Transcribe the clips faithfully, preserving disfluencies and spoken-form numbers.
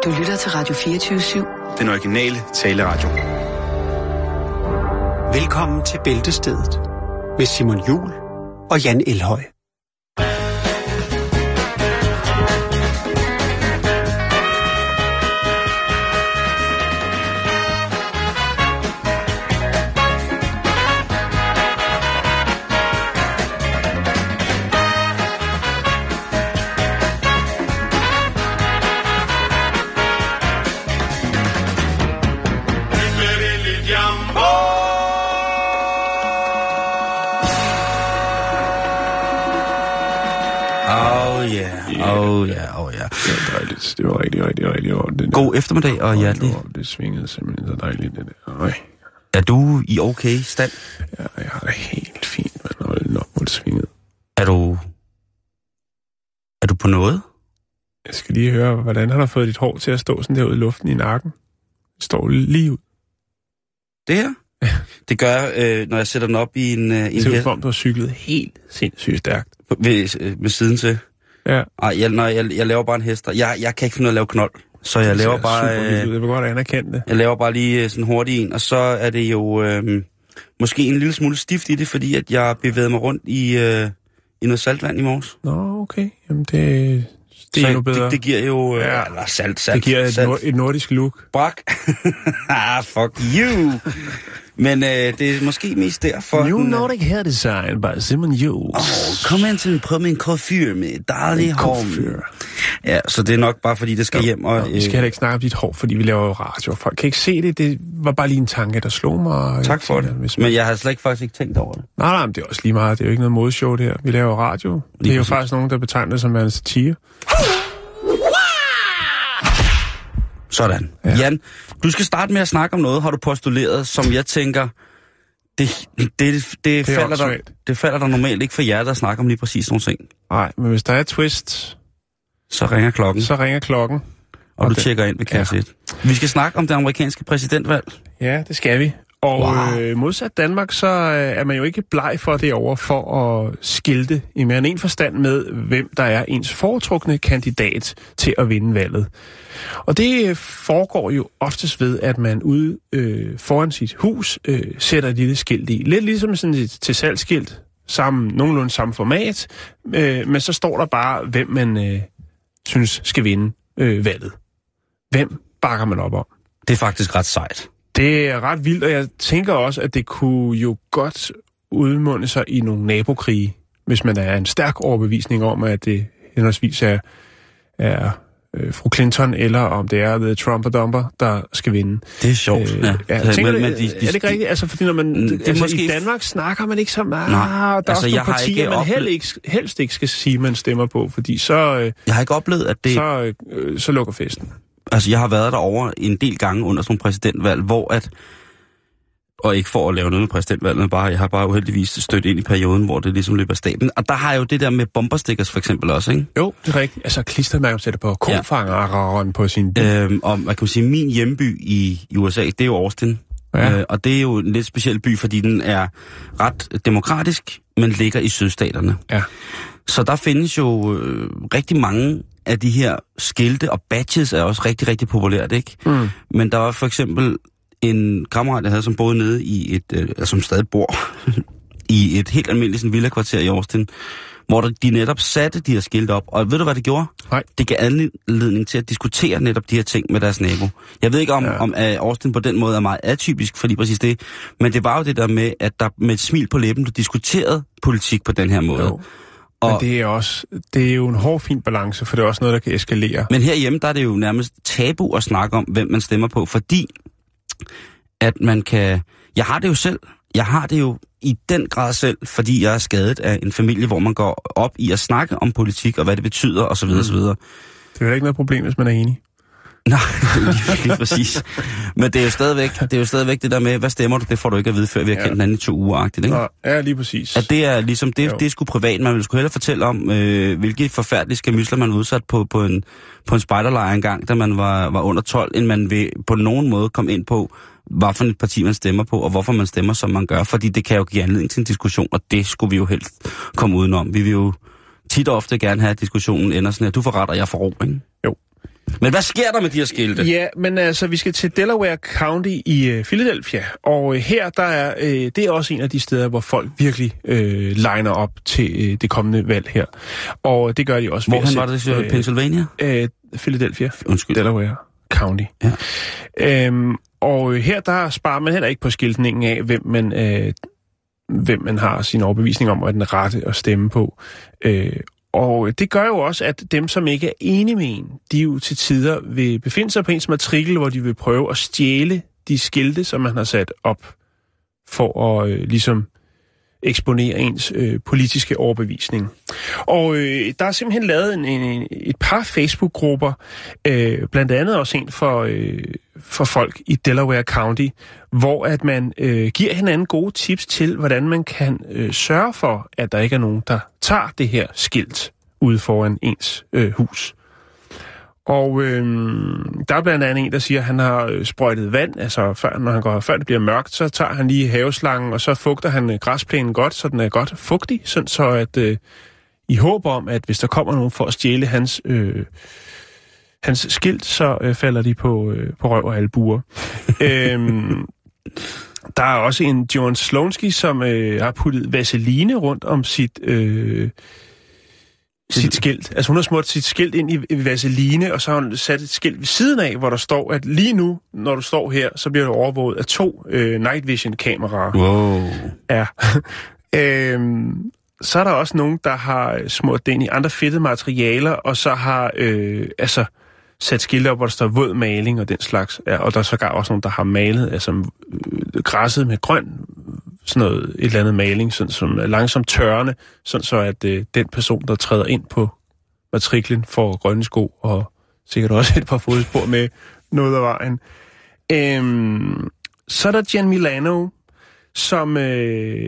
Du lytter til Radio fireogtyve syv. Den originale taleradio. Velkommen til Bæltestedet med Simon Juhl og Jan Elhøj. Oh ja, oh ja. Det var dejligt. Det var rigtig, rigtig, rigtig ordentligt. God eftermiddag og hjertelig. Det, det svingede simpelthen så dejligt, det der. Øj. Er du i okay stand? Ja, jeg har det helt fint, men hold nok, hvor det svingede. Er du... Er du på noget? Jeg skal lige høre, hvordan har du fået dit hår til at stå sådan der ude i luften i nakken? Det står lige ud. Det her? Ja. Det gør jeg, øh, når jeg sætter den op i en... Øh, det ser ud som om, du har cyklet helt sindssygt stærkt. Ved, øh, med siden til. Ja. Ej, jeg, når jeg, jeg laver bare en hester. Jeg, jeg kan ikke finde ud af at lave knold. Så jeg laver bare... Øh, jeg vil godt anerkende det. Jeg laver bare lige sådan hurtigt en, og så er det jo øh, måske en lille smule stift i det, fordi at jeg bevægede mig rundt i, øh, i noget saltvand i morges. Nå, okay. Jamen det... Det er endnu bedre. Det, det giver jo... Øh, ja. Eller salt, salt. Det giver et, salt. nord, et nordisk look. Brak. Ah, fuck you. Men øh, det er måske mest derfor... New Nordic Hair Design by Simon Jules. Åh, oh, kom ind til prøv med en komfyr med dejlig hår. Ja, så det er nok bare fordi, det skal jo, hjem. Og, øh, vi skal heller ikke snakke om dit hår, fordi vi laver jo radio. Folk kan ikke se det. Det var bare lige en tanke, der slog mig. Tak for det. Man... Men jeg har slet ikke faktisk ikke tænkt over det. Nej, nej, men det er også lige meget. Det er jo ikke noget modeshow, det her. Vi laver radio. Lige det er præcis. Jo faktisk nogen, der betegner det som en satire. Sådan. Ja. Jan, du skal starte med at snakke om noget, har du postuleret, som jeg tænker, det, det, det, det, falder, der, det falder der normalt ikke for jer, der snakker om lige præcis nogle ting. Nej, men hvis der er et twist, så ringer klokken. Så ringer klokken. Og, og du det, tjekker ind ved kasse et. Ja. Vi skal snakke om det amerikanske præsidentvalg. Ja, det skal vi. Og wow. øh, modsat Danmark, så øh, er man jo ikke bleg for det over for at skilte i mere end en forstand med, hvem der er ens foretrukne kandidat til at vinde valget. Og det foregår jo oftest ved, at man ude øh, foran sit hus øh, sætter et lille skilt i. Lidt ligesom sådan et til salgsskilt, sammen, nogenlunde samme format, øh, men så står der bare, hvem man øh, synes skal vinde øh, valget. Hvem bakker man op om? Det er faktisk ret sejt. Det er ret vildt, og jeg tænker også, at det kunne jo godt udmunde sig i nogle nabokrige, hvis man er en stærk overbevisning om, at det henholdsvis er, er øh, fru Clinton, eller om det er The Trump-dumper, der skal vinde. Det er sjovt. Øh, ja. Ja, tænker, men, men de, de, er det ikke rigtigt? Altså, fordi når man, det altså, måske... i Danmark snakker man ikke så meget. Ah, der er altså, også nogle partier, man oplevet... ikke, helst ikke skal sige, man stemmer på, fordi så... Øh, jeg har ikke oplevet, at det... Så, øh, så lukker festen. Altså, jeg har været derovre en del gange under sådan en præsidentvalg, hvor at... Og ikke for at lave noget med præsidentvalget, bare, jeg har bare uheldigvis stødt ind i perioden, hvor det ligesom løber af staten. Og der har jeg jo det der med bomberstickers for eksempel også, ikke? Jo, det er rigtigt. Altså klistermærker, sætter på kofangeren ja. På sin bil. Øhm, og man kan jo sige, min hjemby i, i U S A, det er jo Austin. Ja. Øh, og det er jo en lidt speciel by, fordi den er ret demokratisk, men ligger i sydstaterne. Ja. Så der findes jo øh, rigtig mange af de her skilte, og badges er også rigtig, rigtig populært, ikke? Mm. Men der var for eksempel en kammerat, jeg havde, som boede nede i et, øh, altså som stadig bor, i et helt almindeligt sådan, villa-kvarter i Austin, hvor de netop satte de her skilte op. Og ved du, hvad det gjorde? Nej. Det gav anledning til at diskutere netop de her ting med deres nabo. Jeg ved ikke, om, ja. om uh, Austin på den måde er meget atypisk for lige præcis det, men det var jo det der med, at der med et smil på læben, du diskuterede politik på den her måde. Jo. Og men det er også, det er jo en hård, fin balance, for det er også noget, der kan eskalere. Men herhjemme, der er det jo nærmest tabu at snakke om, hvem man stemmer på, fordi at man kan... Jeg har det jo selv. Jeg har det jo i den grad selv, fordi jeg er skadet af en familie, hvor man går op i at snakke om politik, og hvad det betyder, osv. Mm. osv. Det er jo ikke noget problem, hvis man er enig. Nej, lige, lige præcis. Men det er jo stadigvæk det, er jo stadigvæk det der med, hvad stemmer du? Det får du ikke at vide, før vi har kendt ja. hinanden i to uger-agtigt, ikke? Ja, lige præcis. At det er ligesom, det, det er sgu privat. Man vil sgu hellere fortælle om, øh, hvilke forfærdelige skamysler man var udsat på, på en, på en spejderlejr engang, da man var, var under tolv, end man vil på nogen måde komme ind på, hvad for et parti man stemmer på, og hvorfor man stemmer, som man gør. Fordi det kan jo give anledning til en diskussion, og det skulle vi jo helst komme udenom. Vi vil jo tit og ofte gerne have, at diskussionen ender sådan her. Du får ret, og jeg får ro, ikke? Jo. Men hvad sker der med de her skilte? Ja, men altså, vi skal til Delaware County i uh, Philadelphia, og uh, her, der er, uh, det er også en af de steder, hvor folk virkelig uh, liner op til uh, det kommende valg her. Og det gør de også. Hvorhen var det, siger uh, Pennsylvania? Uh, Philadelphia. Undskyld. Delaware County. Ja. Um, og her, der sparer man heller ikke på skiltningen af, hvem man, uh, hvem man har sin overbevisning om, og den rette at stemme på. Uh, Og det gør jo også, at dem, som ikke er enige med en, de jo til tider vil befinde sig på ens matrikel, hvor de vil prøve at stjæle de skilte, som man har sat op, for at øh, ligesom eksponere ens øh, politiske overbevisning. Og øh, der er simpelthen lavet en, en, et par Facebook-grupper, øh, blandt andet også en for, øh, for folk i Delaware County, hvor at man øh, giver hinanden gode tips til, hvordan man kan øh, sørge for, at der ikke er nogen, der tager det her skilt ude foran ens øh, hus. Og øh, der er blandt andet en, der siger, at han har sprøjtet vand, altså før, når han går, før det bliver mørkt, så tager han lige haveslangen, og så fugter han græsplænen godt, så den er godt fugtig, sådan så at øh, i håb om, at hvis der kommer nogen for at stjæle hans, øh, hans skilt, så øh, falder de på, øh, på røv og albuer. øhm, der er også en Joan Slonsky, som øh, har puttet vaseline rundt om sit... Øh, sit skilt. Altså hun har smurt sit skilt ind i, i vaseline, og så har hun sat et skilt ved siden af, hvor der står, at lige nu, når du står her, så bliver du overvåget af to øh, night vision kameraer. Wow. Ja. øhm, så er der også nogen, der har smurt det ind i andre fedtede materialer, og så har øh, altså sat skilte op, hvor der står våd maling og den slags. Ja, og der er sågar også nogen, der har malet, altså øh, græsset med grøn, sådan noget, et eller andet maling, sådan, som er langsomt tørrende, sådan så at øh, den person, der træder ind på matriklen, får grønne sko, og sikkert også et par fodspor med noget af vejen. Øhm, så er der Jen Milano, som øh,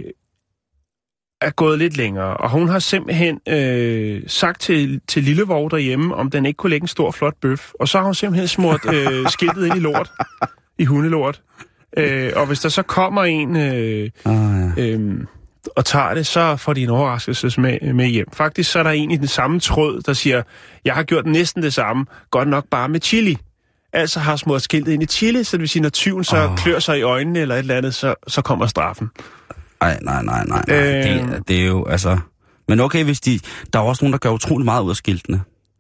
er gået lidt længere, og hun har simpelthen øh, sagt til, til Lillevov derhjemme, om den ikke kunne lægge en stor, flot bøf, og så har hun simpelthen smurt øh, skiltet ind i lort, i hundelort. Øh, og hvis der så kommer en øh, oh, ja. øh, og tager det, så får de en overraskelse med, med hjem. Faktisk så er der en i den samme tråd, der siger, jeg har gjort næsten det samme, godt nok bare med chili. Altså har smurt skiltet ind i chili, så det vil sige, når tyven så oh. klør sig i øjnene eller et eller andet, så, så kommer straffen. Nej, nej, nej, nej. nej. Øh, det, det er jo, altså... Men okay, hvis de... Der er også nogen, der gør utrolig meget ud af skiltene.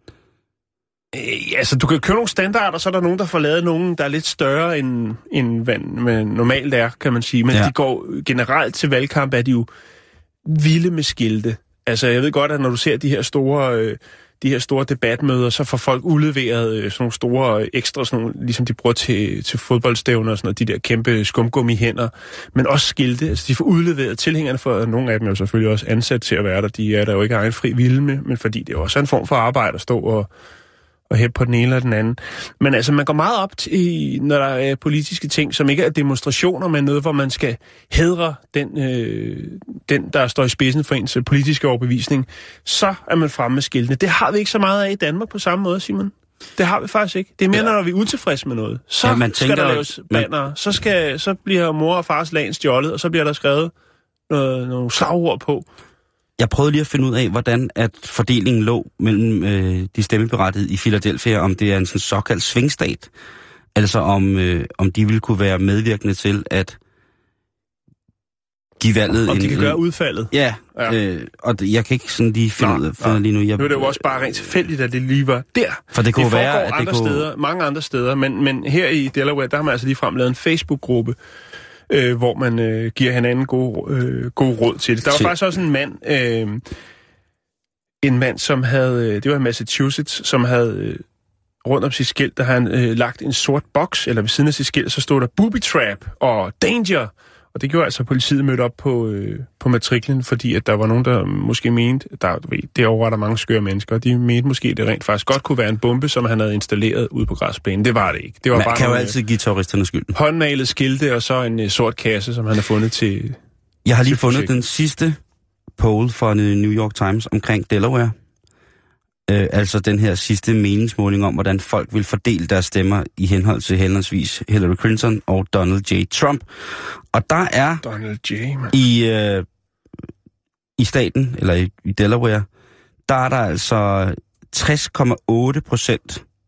Ja, altså, du kan købe nogle standarder, så er der nogen, der får lavet nogen, der er lidt større, end, end hvad normalt er, kan man sige. Men ja. De går generelt til valgkamp, er de jo vilde med skilte. Altså, jeg ved godt, at når du ser de her store, øh, de her store debatmøder, så får folk udleveret øh, sådan nogle store øh, ekstra, sådan nogle, ligesom de bruger til, til fodboldstævner og sådan noget, de der kæmpe skumgummihænder. Men også skilte, altså de får udleveret tilhængerne, for nogle af dem er jo selvfølgelig også ansat til at være der. De er der jo ikke egen fri vilje med, men fordi det er også en form for arbejde at stå og og hæppe på den ene eller den anden. Men altså, man går meget op til, når der er politiske ting, som ikke er demonstrationer, men noget, hvor man skal hædre den, øh, den der står i spidsen for ens politiske overbevisning, så er man fremme med skiltene. Det har vi ikke så meget af i Danmark på samme måde, Simon. Det har vi faktisk ikke. Det er mere, ja. Når vi er utilfredse med noget. Så ja, man skal tænker, der laves banner. Man... Så, skal, så bliver mor og fars lagen stjålet, og så bliver der skrevet noget, nogle slagord på. Jeg prøvede lige at finde ud af, hvordan at fordelingen lå mellem øh, de stemmeberettigede i Philadelphia, om det er en sådan såkaldt svingstat, altså om, øh, om de ville kunne være medvirkende til at give valget... Om en, de kan en, gøre udfaldet. Ja, ja. Øh, og jeg kan ikke sådan lige finde ud af lige nu. Jeg, nu er det jo også bare rent tilfældigt, at det lige var der. For det kunne det være, at det andre kunne... steder, mange andre steder, men, men her i Delaware, der har man altså ligefrem lavet en Facebook-gruppe, Øh, hvor man øh, giver hinanden god, øh, god råd til det. Der var faktisk også en mand, øh, en mand, som havde, det var i Massachusetts, som havde øh, rundt om sit skilt, der havde han øh, lagt en sort boks, eller ved siden af sit skilt, så stod der booby trap og danger. Og det gjorde altså, at politiet mødte op på, øh, på matriklen, fordi at der var nogen, der måske mente, der, du ved, derovre var der mange skøre mennesker, og de mente måske, at det rent faktisk godt kunne være en bombe, som han havde installeret ude på græsplænen. Det var det ikke. Det var Man bare kan nogle, jo altid give terroristerne skylden. Håndmalet skilte, og så en uh, sort kasse, som han har fundet til... Jeg har lige fundet den sidste poll fra New York Times omkring Delaware. Øh, altså den her sidste meningsmåling om, hvordan folk vil fordele deres stemmer i henhold til henholdsvis Hillary Clinton og Donald J. Trump. Og der er Donald J. Man. i øh, i staten, eller i, i Delaware, der er der altså tres komma otte procent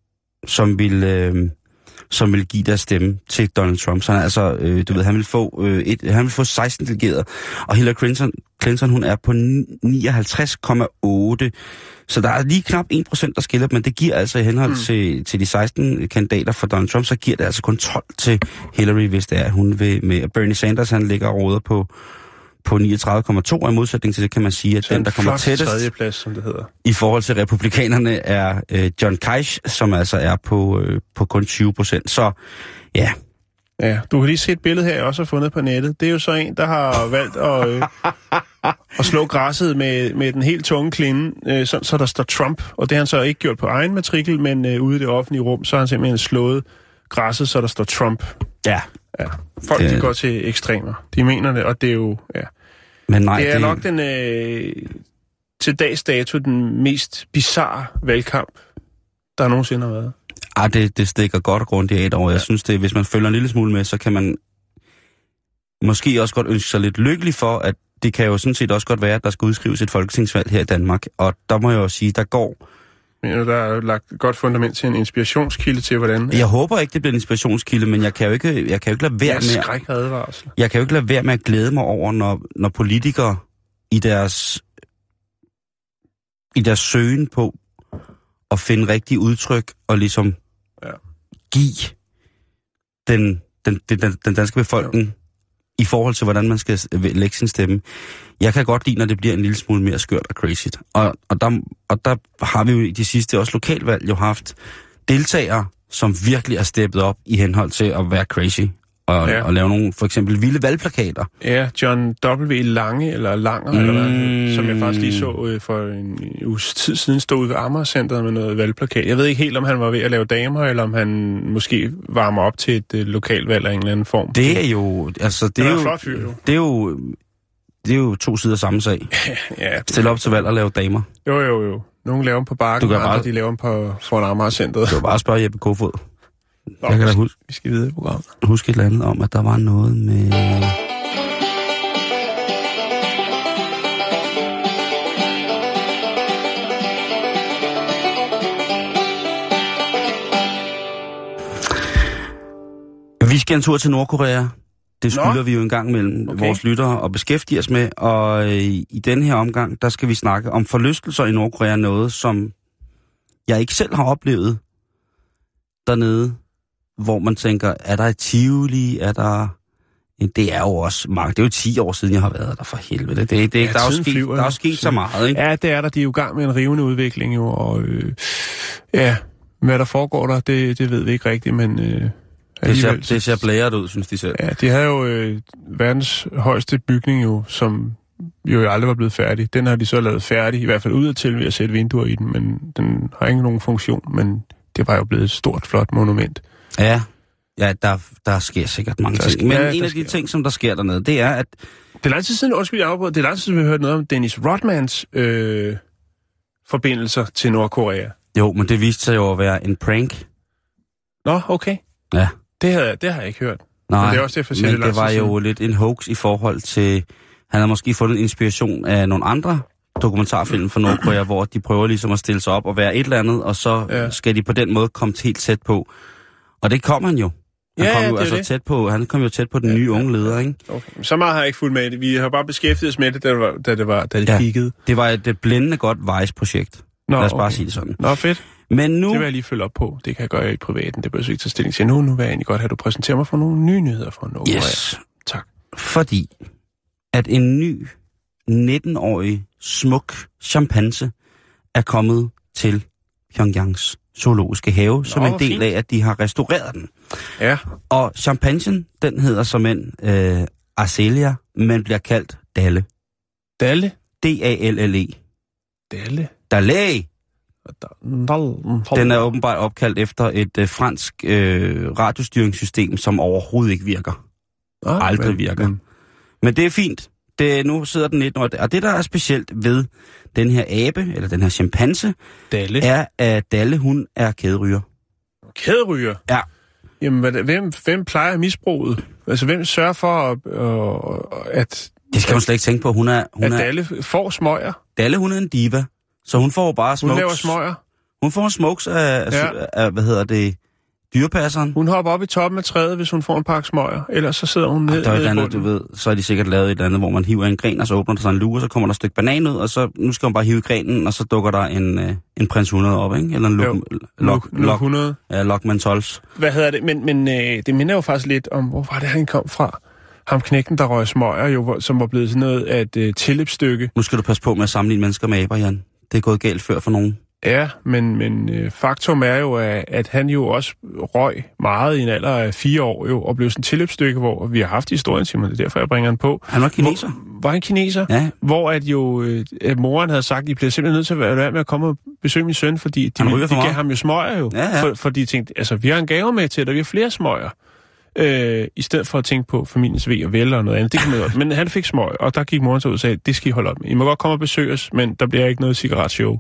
som ville, øh, som ville give deres stemme til Donald Trump. Så han, altså, øh, du ved, han vil få øh, et, han vil få seksten delegerede, og Hillary Clinton, Clinton hun er på nioghalvtreds komma otte. Så der er lige knap en procent, der skiller, men det giver altså i henhold mm. til, til de seksten kandidater for Donald Trump, så giver det altså kun tolv til Hillary, hvis det er, hun vil med. Bernie Sanders, han ligger og råder på, på niogtredive komma to, og i modsætning til det kan man sige, at så den, der kommer tættest tredjeplads, som det hedder, i forhold til republikanerne, er øh, John Kasich, som altså er på, øh, på kun tyve procent. Så ja... Ja, du kan lige se et billede her, jeg også har fundet på nettet. Det er jo så en, der har valgt at, øh, at slå græsset med, med den helt tunge klinde, øh, så, så der står Trump. Og det har han så ikke gjort på egen matrikel, men øh, ude i det offentlige rum, så har han simpelthen slået græsset, så der står Trump. Ja. Ja. Folk, det... de går til ekstremer. De mener det, og det er jo... Ja. Men nej, det er det... nok den øh, til dags dato den mest bizarre valgkamp, der nogensinde har været. Ah, det, det stikker godt og grundigt af over. Jeg synes, det, hvis man følger en lille smule med, så kan man måske også godt ønske sig lidt lykkelig for, at det kan jo sådan set også godt være, at der skal udskrives et folketingsvalg her i Danmark. Og der må jeg jo sige, der går... Men der er jo lagt et godt fundament til en inspirationskilde til, hvordan... Jeg håber ikke, det bliver en inspirationskilde, men jeg kan jo ikke, jeg kan jo ikke lade være med... Ja, skræk advarsel. Jeg kan jo ikke lade være med at glæde mig over, når, når politikere i deres, i deres søgen på at finde rigtige udtryk og ligesom ja. give den, den, den, den danske befolkning ja. i forhold til, hvordan man skal lægge sin stemme. Jeg kan godt lide, når det bliver en lille smule mere skørt og crazy. Og, og, der, og der har vi jo i de sidste også lokalvalg jo haft deltagere, som virkelig er steppet op i henhold til at være crazy. Og, ja. og lave nogle, for eksempel, vilde valgplakater. Ja, John W. Lange, eller Langer, mm. eller hvad, som jeg faktisk lige så øh, for en uges tid siden, stod ude ved Amager-centret med noget valgplakat. Jeg ved ikke helt, om han var ved at lave damer, eller om han måske varmer op til et øh, lokalvalg af en eller anden form. Det er jo... Altså, det er, er jo, flot fyr, jo. Det er jo... Det er jo to sider samme sag. ja. Stil op til valg og lave damer. Jo, jo, jo. Nogle laver dem på bakken, og andre bare... de laver dem på foran Amager-centret. Du kan bare spørge Jeppe Kofod. Nå, jeg kan da huske, vi skal videre i programmet. Husk et eller andet om, at der var noget med... Vi skal en tur til Nordkorea. Det skylder Nå. vi jo en gang mellem okay. vores lyttere og beskæftige os med. Og i den her omgang, der skal vi snakke om forlystelser i Nordkorea. Noget, som jeg ikke selv har oplevet dernede. Hvor man tænker, er der et Tivoli, er der... Det er jo også mange. Det er jo ti år siden, jeg har været der, for helvede. Det, det, det, ja, der, er jo sket, flyver, der er jo sket så meget, ikke? Ja, det er der. De er jo i gang med en rivende udvikling, jo. Og øh, ja, hvad der foregår der, det, det ved vi ikke rigtigt, men... Øh, det, ser, det ser blæret ud, synes de selv. Ja, de havde jo øh, verdens højeste bygning, jo, som jo aldrig var blevet færdig. Den har de så lavet færdig, i hvert fald udadtil ved at sætte vinduer i den, men den har ikke nogen funktion, men det var jo blevet et stort, flot monument. Ja, ja der, der sker sikkert mange der ting. Sker, Men ja, en af de sker. ting, som der sker dernede, det er, at... Det er lang tid siden, undskyld, jeg afbryder, det er lang tid siden, vi har hørt noget om Dennis Rodmans øh, forbindelser til Nordkorea. Jo, men det viste sig jo at være en prank. Nå, okay. Ja. Det, havde, det har jeg ikke hørt. Nej, men det, er også det, men det var jo lidt en hoax i forhold til... Han har måske fundet inspiration af nogle andre dokumentarfilm fra Nordkorea, hvor de prøver ligesom at stille sig op og være et eller andet, og så ja. skal de på den måde komme helt tæt på. Og det kom han jo. Han ja, kom ja, jo altså tæt på, han kom jo tæt på den ja, nye unge leder, ikke? Okay. Så meget har jeg ikke fulgt med det. Vi har bare beskæftiget os med det, da det var, da det, var, da det ja, peakede. Det var et blændende godt Vice-projekt. Lad os okay. bare sige det sådan. Nå, fedt. Men nu... Det vil jeg lige følge op på. Det kan jeg gøre i privaten. Det bør jeg ikke tage stilling til. Nu, nu vil jeg egentlig godt have, at du præsenterer mig for nogle nye nyheder fra Nordkorea. Yes. Tak. Fordi at en ny nitten-årig smuk chimpanse er kommet til Pyongyangs zoologiske have, Nå, som en del fint. af, at de har restaureret den. Ja. Og chimpansen, den hedder som en øh, Arcelia, men bliver kaldt Dalle. Dalle? D A L L E. Dalle? Dalle! Den er åbenbart opkaldt efter et øh, fransk øh, radiostyringssystem, som overhovedet ikke virker. Ah, Aldrig men, virker. Men... men det er fint. Det, nu sidder den nitten-årige. Og det, der er specielt ved den her abe, eller den her chimpanse, Dalle. er, at Dalle, hun er kæderyger. Kæderyger? Ja. Jamen, hvem, hvem plejer misbruget? Altså, hvem sørger for, at... at det skal hun slet ikke tænke på. Hun er, hun at er, Dalle får smøger? Dalle, hun er en diva, så hun får bare smokes. Hun laver smøger? Hun får en smokes af, af, Ja. af, hvad hedder det, dyrepasseren. Hun hopper op i toppen af træet, hvis hun får en pakke smøger. Ellers så sidder hun ned, Der er et ned i andet, du bunden. ved, så er de sikkert lavet et eller andet, hvor man hiver en gren, og så åbner der sig en lue, og så kommer der et stykke banan ud, og så nu skal man bare hive grenen, og så dukker der en, øh, en prins hundrede op, ikke? Eller en luk, Jo. lok, Nu- nu lok, hundrede. ja, Lokman tolv. Hvad hedder det? Men, men øh, det minder jo faktisk lidt om, hvor var det, han kom fra? Ham knægten, der røg smøger, jo, hvor- som var blevet sådan noget af et øh, tilløbsstykke. Nu skal du passe på med at sammenligne mennesker med aber, Jan. Det er gået galt før for nogen. Ja, men, men øh, faktum er jo, at, at han jo også røg meget i en alder af fire år, jo, og blev sådan et tilløbsstykke, hvor vi har haft historien, Simon, det er derfor, jeg bringer han på. Han var kineser. Hvor, var han kineser? Ja. Hvor at jo, øh, at moren havde sagt, I bliver simpelthen nødt til at være med at komme og besøge min søn, fordi de, Han ryger de for gav meget. ham jo smøger jo. Ja, ja. For, fordi de tænkte, altså vi har en gave med til dig, vi har flere smøger. Øh, I stedet for at tænke på familiens ve og vel og noget andet. Det kan man også. Men han fik smøger, og der gik moren så ud og sagde, det skal I holde op med. I må godt komme og besøge os, men der bliver ikke noget cigaretshow.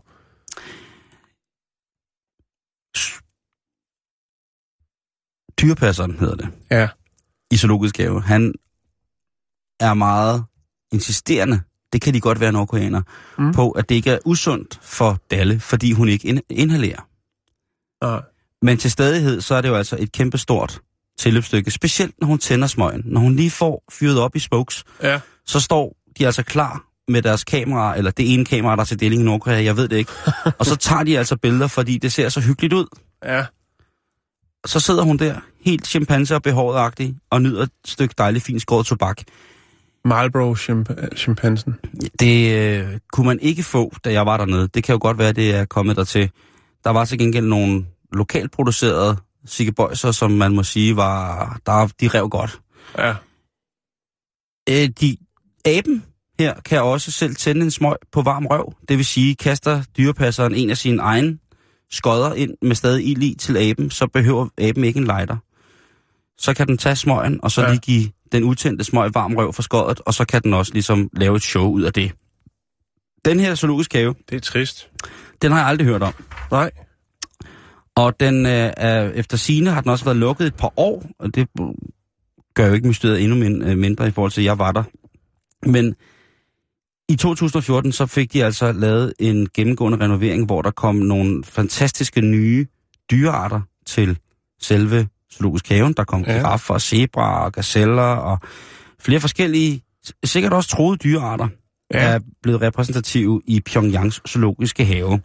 Dyrepasseren hedder det. Ja. I zoologisk have. Han er meget insisterende, det kan de godt være nordkoreanere, mm. på, at det ikke er usundt for Dalle, fordi hun ikke in- inhalerer. Nej. Men til stadighed, så er det jo altså et kæmpestort tilløbsstykke, specielt når hun tænder smøgen. Når hun lige får fyret op i spokes, Ja. så står de altså klar med deres kamera, eller det ene kamera, der er til deling i Nordkorea, jeg ved det ikke. Og så tager de altså billeder, fordi det ser så hyggeligt ud. Ja. Så sidder hun der, helt chimpanse og behåret-agtig, og nyder et stykke dejligt fint skåret tobak. Marlboro chimp- chimpansen. Det øh, kunne man ikke få, da jeg var dernede. Det kan jo godt være, det er kommet dertil. Der var til gengæld nogle lokalt producerede cikkebøjser, som man må sige var, der, de rev godt. Ja. Øh, de, aben her kan også selv tænde en smøg på varm røv. Det vil sige, kaster dyrepasseren en af sine egne skodder ind med stadig ild i til aben, så behøver aben ikke en lighter. Så kan den tage smøgen, og så Ja. lige give den udtændte smøg varm røv for skoddet, og så kan den også ligesom lave et show ud af det. Den her zoologiske have, Det er trist. den har jeg aldrig hørt om. Nej. Og den øh, er, efter sigende har den også været lukket et par år, og det gør jo ikke mysteriet endnu min, øh, mindre i forhold til, at jeg var der. Men i to tusind og fjorten så fik de altså lavet en gennemgående renovering, hvor der kom nogle fantastiske nye dyrearter til selve zoologisk haven. Der kom Ja. giraffer, zebraer og gazeller og flere forskellige, sikkert også troede dyrearter, Ja. er blevet repræsentative i Pyongyangs zoologiske have.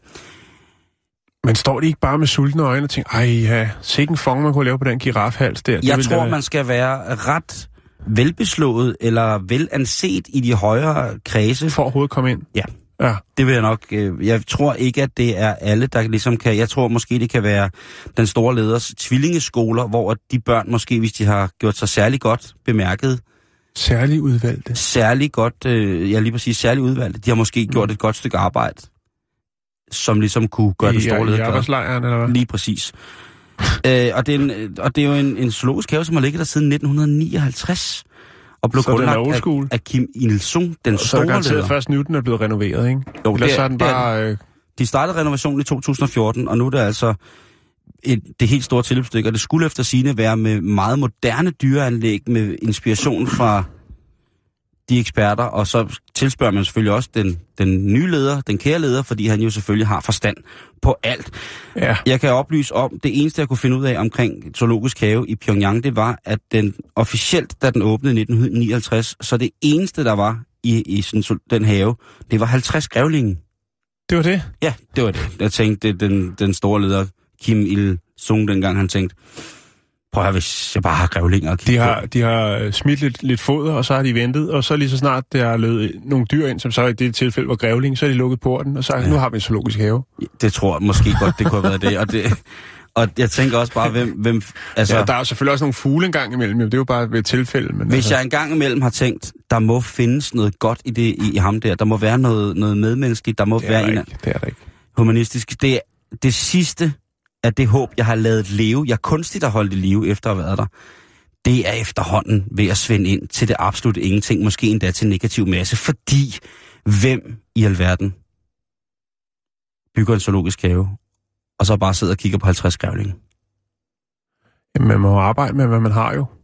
Men står de ikke bare med sultne øjne og tænker, ej ja, sikke en fong, man kunne lave på den girafhals der. Det Jeg ville tror, da- man skal være ret velbeslået eller velanset i de højere kredse. For overhovedet komme ind. Ja. Ja. Det vil jeg nok. Øh, jeg tror ikke, at det er alle, der ligesom kan. Jeg tror måske, det kan være den store leders tvillingeskoler, hvor de børn måske, hvis de har gjort sig særlig godt bemærket, Særligt udvalgte. særlig godt, øh, jeg lige præcis særlig udvalgte, de har måske gjort et godt stykke arbejde, som ligesom kunne gøre den store I, leder i glad. arbejdslejren, eller hvad? Lige præcis. øh, og, det er en, og det er jo en, en zoologisk have, som har ligget der siden nitten nioghalvtreds. Og blev Så den er grundlagt old af, school. af Kim Il-sung, den Og så er store det garanteret leder. først nu, den er blevet renoveret, ikke? Jo, Ellers det er- så er den det er bare... Øh, De startede renovationen i to tusind og fjorten, og nu er det altså et, det helt store tilløbsstykke, og det skulle efter sigende være med meget moderne dyreanlæg, med inspiration fra de eksperter, og så tilspørger man selvfølgelig også den, den nye leder, den kære leder, fordi han jo selvfølgelig har forstand på alt. ja. Jeg kan oplyse om, det eneste, jeg kunne finde ud af omkring zoologisk have i Pyongyang, det var, at den officielt, da den åbnede i nitten nioghalvtreds, så det eneste, der var i, i sådan, den have, det var halvtreds grævlinge. Det var det. Ja, det var det. Jeg tænkte, det den, den store leder, Kim Il-sung, dengang han tænkte, prøv at høre, hvis jeg bare har grævlinger at De kigge har, på. de har smidt lidt, lidt foder, og så har de ventet, og så lige så snart der er løbet nogle dyr ind, som så i det tilfælde var grævling, så har de lukket porten, og sagt, ja. Nu har vi en zoologisk have. Det tror jeg måske godt, det kunne have været det. Og, det. og jeg tænker også bare, hvem... hvem altså, Ja, der er jo selvfølgelig også nogle fugle engang imellem, jo. Det er jo bare ved et tilfælde. Men hvis altså, jeg engang imellem har tænkt, der må findes noget godt i det i, i ham der, der må være noget, noget medmenneskeligt, der må det er være der en ikke. Det er der ikke. humanistisk. Det, det sidste af det håb, jeg har lavet leve, jeg kunstigt har holdt i live efter at have været der, det er efterhånden ved at svinde ind til det absolut ingenting, måske endda til negativ masse, fordi hvem i alverden bygger en zoologisk have, og så bare sidder og kigger på halvtreds grævlinge? Jamen, man må arbejde med, hvad man har jo.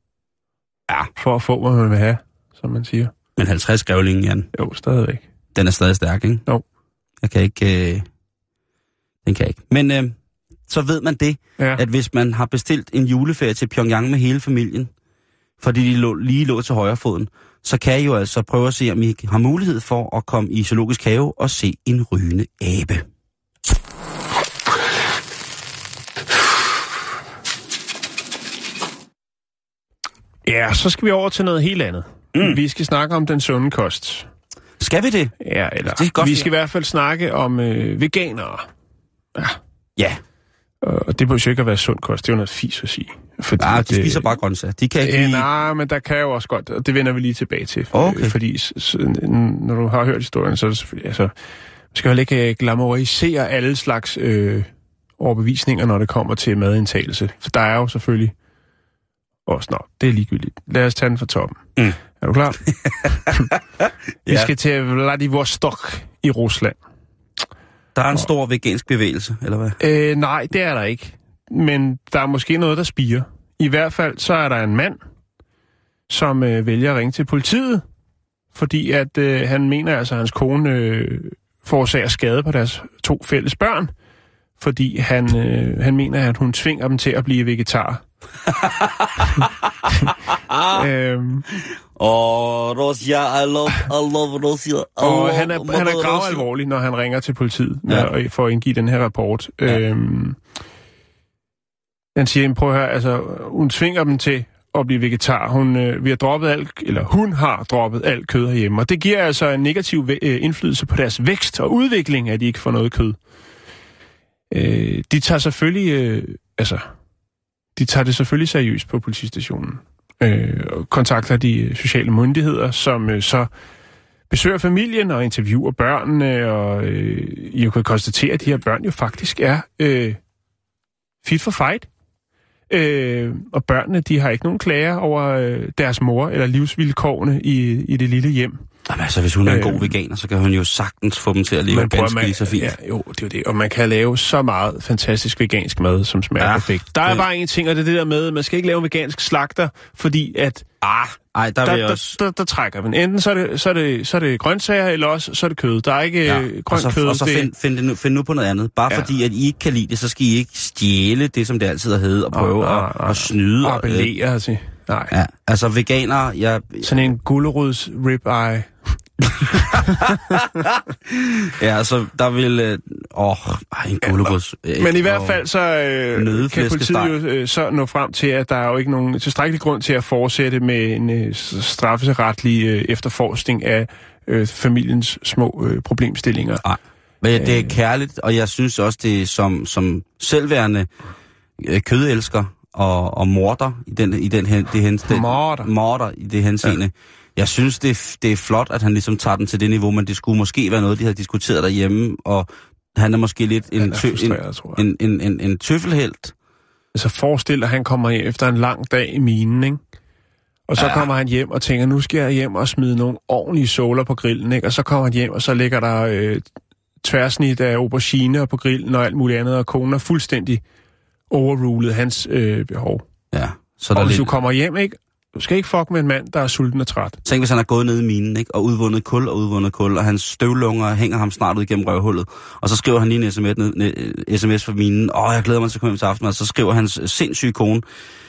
Ja. For at få, hvad man vil have, som man siger. Men halvtreds grævlinge, Jan, Jo, stadigvæk. den er stadig stærk, ikke? Jo. Jeg kan ikke... Øh... Den kan jeg ikke. Men øh, så ved man det, ja. At hvis man har bestilt en juleferie til Pyongyang med hele familien, fordi de lå, lige lå til højrefoden, så kan I jo altså prøve at se, om I har mulighed for at komme i zoologisk have og se en rygende abe. Ja, så skal vi over til noget helt andet. Mm. Vi skal snakke om den sunde kost. Skal vi det? Ja, eller det er godt, vi skal i hvert fald snakke om øh, veganere. Ja. Ja. Og det burde jo ikke at være sund kost, det er jo noget fis at sige. Fordi nej, de spiser det, bare grøntsager. De kan ikke øh, lide... Nej, men der kan jo også godt, og det vender vi lige tilbage til. Okay. Fordi så, når du har hørt historien, så er det selvfølgelig... Altså, man skal jo ikke glamorisere alle slags øh, overbevisninger, når det kommer til madindtagelse. For der er jo selvfølgelig... Åh, nå, det er ligegyldigt. Lad os tage den fra toppen. Mm. Er du klar? Vi ja. skal til Vladivostok i Rusland. Der er en stor vegansk bevægelse, eller hvad? Øh, nej, det er der ikke. Men der er måske noget, der spirer. I hvert fald så er der en mand, som øh, vælger at ringe til politiet, fordi at øh, han mener altså, at hans kone øh, forårsager skade på deres to fælles børn, fordi han, øh, han mener, at hun tvinger dem til at blive vegetar. øhm, Åh, Russia, I love, I love Russia. Og oh, han er, han er grav alvorlig, når han ringer til politiet ja. for at indgive den her rapport. Ja. Øhm, han siger, prøv at høre, altså, hun tvinger dem til at blive vegetar. Hun, øh, vi har droppet alt, eller hun har droppet alt kød herhjemme. Og det giver altså en negativ øh, indflydelse på deres vækst og udvikling, at de ikke får noget kød. Øh, de tager selvfølgelig, øh, altså, de tager det selvfølgelig seriøst på politistationen. Øh, og kontakter de sociale myndigheder, som øh, så besøger familien og interviewer børnene, og øh, I kan konstatere, at de her børn jo faktisk er øh, fit for fight. Øh, og børnene, de har ikke nogen klager over øh, deres mor eller livsvilkårene i, i det lille hjem. Jamen altså, hvis hun er en god øh, veganer, så kan hun jo sagtens få dem til at leve ganske lige så fint. Ja, jo, det er jo det. Og man kan lave så meget fantastisk vegansk mad, som smager ja, perfekt. Der er det... bare en ting, og det er det der med, man skal ikke lave en vegansk slagter, fordi at... Ah, ej, der, der, vil der, også... der, der, der trækker man. Enten så er, det, så, er det, så er det grøntsager, eller også så er det kød. Der er ikke ja, grønt og så, kød. Og så det... find, find, nu, find nu på noget andet. Bare ja. Fordi, at I ikke kan lide det, så skal I ikke stjæle det, som det altid har heddet, og prøve oh, at, at snyde. Og appellere til. Nej. Ja, altså veganere, jeg... Sådan en gulerods ribeye. Ja, altså, der vil... Øh, åh, en gulerods... Øh, Men i hvert fald så øh, kan politiet jo øh, så nå frem til, at der er jo ikke nogen tilstrækkelig grund til at fortsætte med en øh, strafferetlig øh, efterforskning af øh, familiens små øh, problemstillinger. Nej, men det er kærligt, og jeg synes også, det er som, som selvværende øh, kødelsker og, og morder i den, i den, hen, det hens, den, morder. morder i det henseende. Ja. Jeg synes, det er, det er flot, at han ligesom tager den til det niveau, men det skulle måske være noget, de havde diskuteret derhjemme, og han er måske lidt en, tø, en, en, en, en, en tøffelhelt. Altså forestil dig, at han kommer hjem efter en lang dag i minen, ikke? Og så ja. kommer han hjem og tænker, nu skal jeg hjem og smide nogle ordentlige såler på grillen, ikke? Og så kommer han hjem, og så ligger der øh, tværsnit af aubergine på grillen og alt muligt andet, og konen er fuldstændig overrulet hans øh, behov. Ja. Så og der hvis lidt... du kommer hjem, ikke? Du skal ikke fuck med en mand, der er sulten og træt. Tænk, hvis han er gået ned i minen, ikke? Og udvundet kul og udvundet kul, og hans støvlunger hænger ham snart ud igennem røvhullet. Og så skriver han lige en sms, ned, sms fra minen. Åh, jeg glæder mig til at komme hjem til aften. Og så skriver hans sindssyge kone,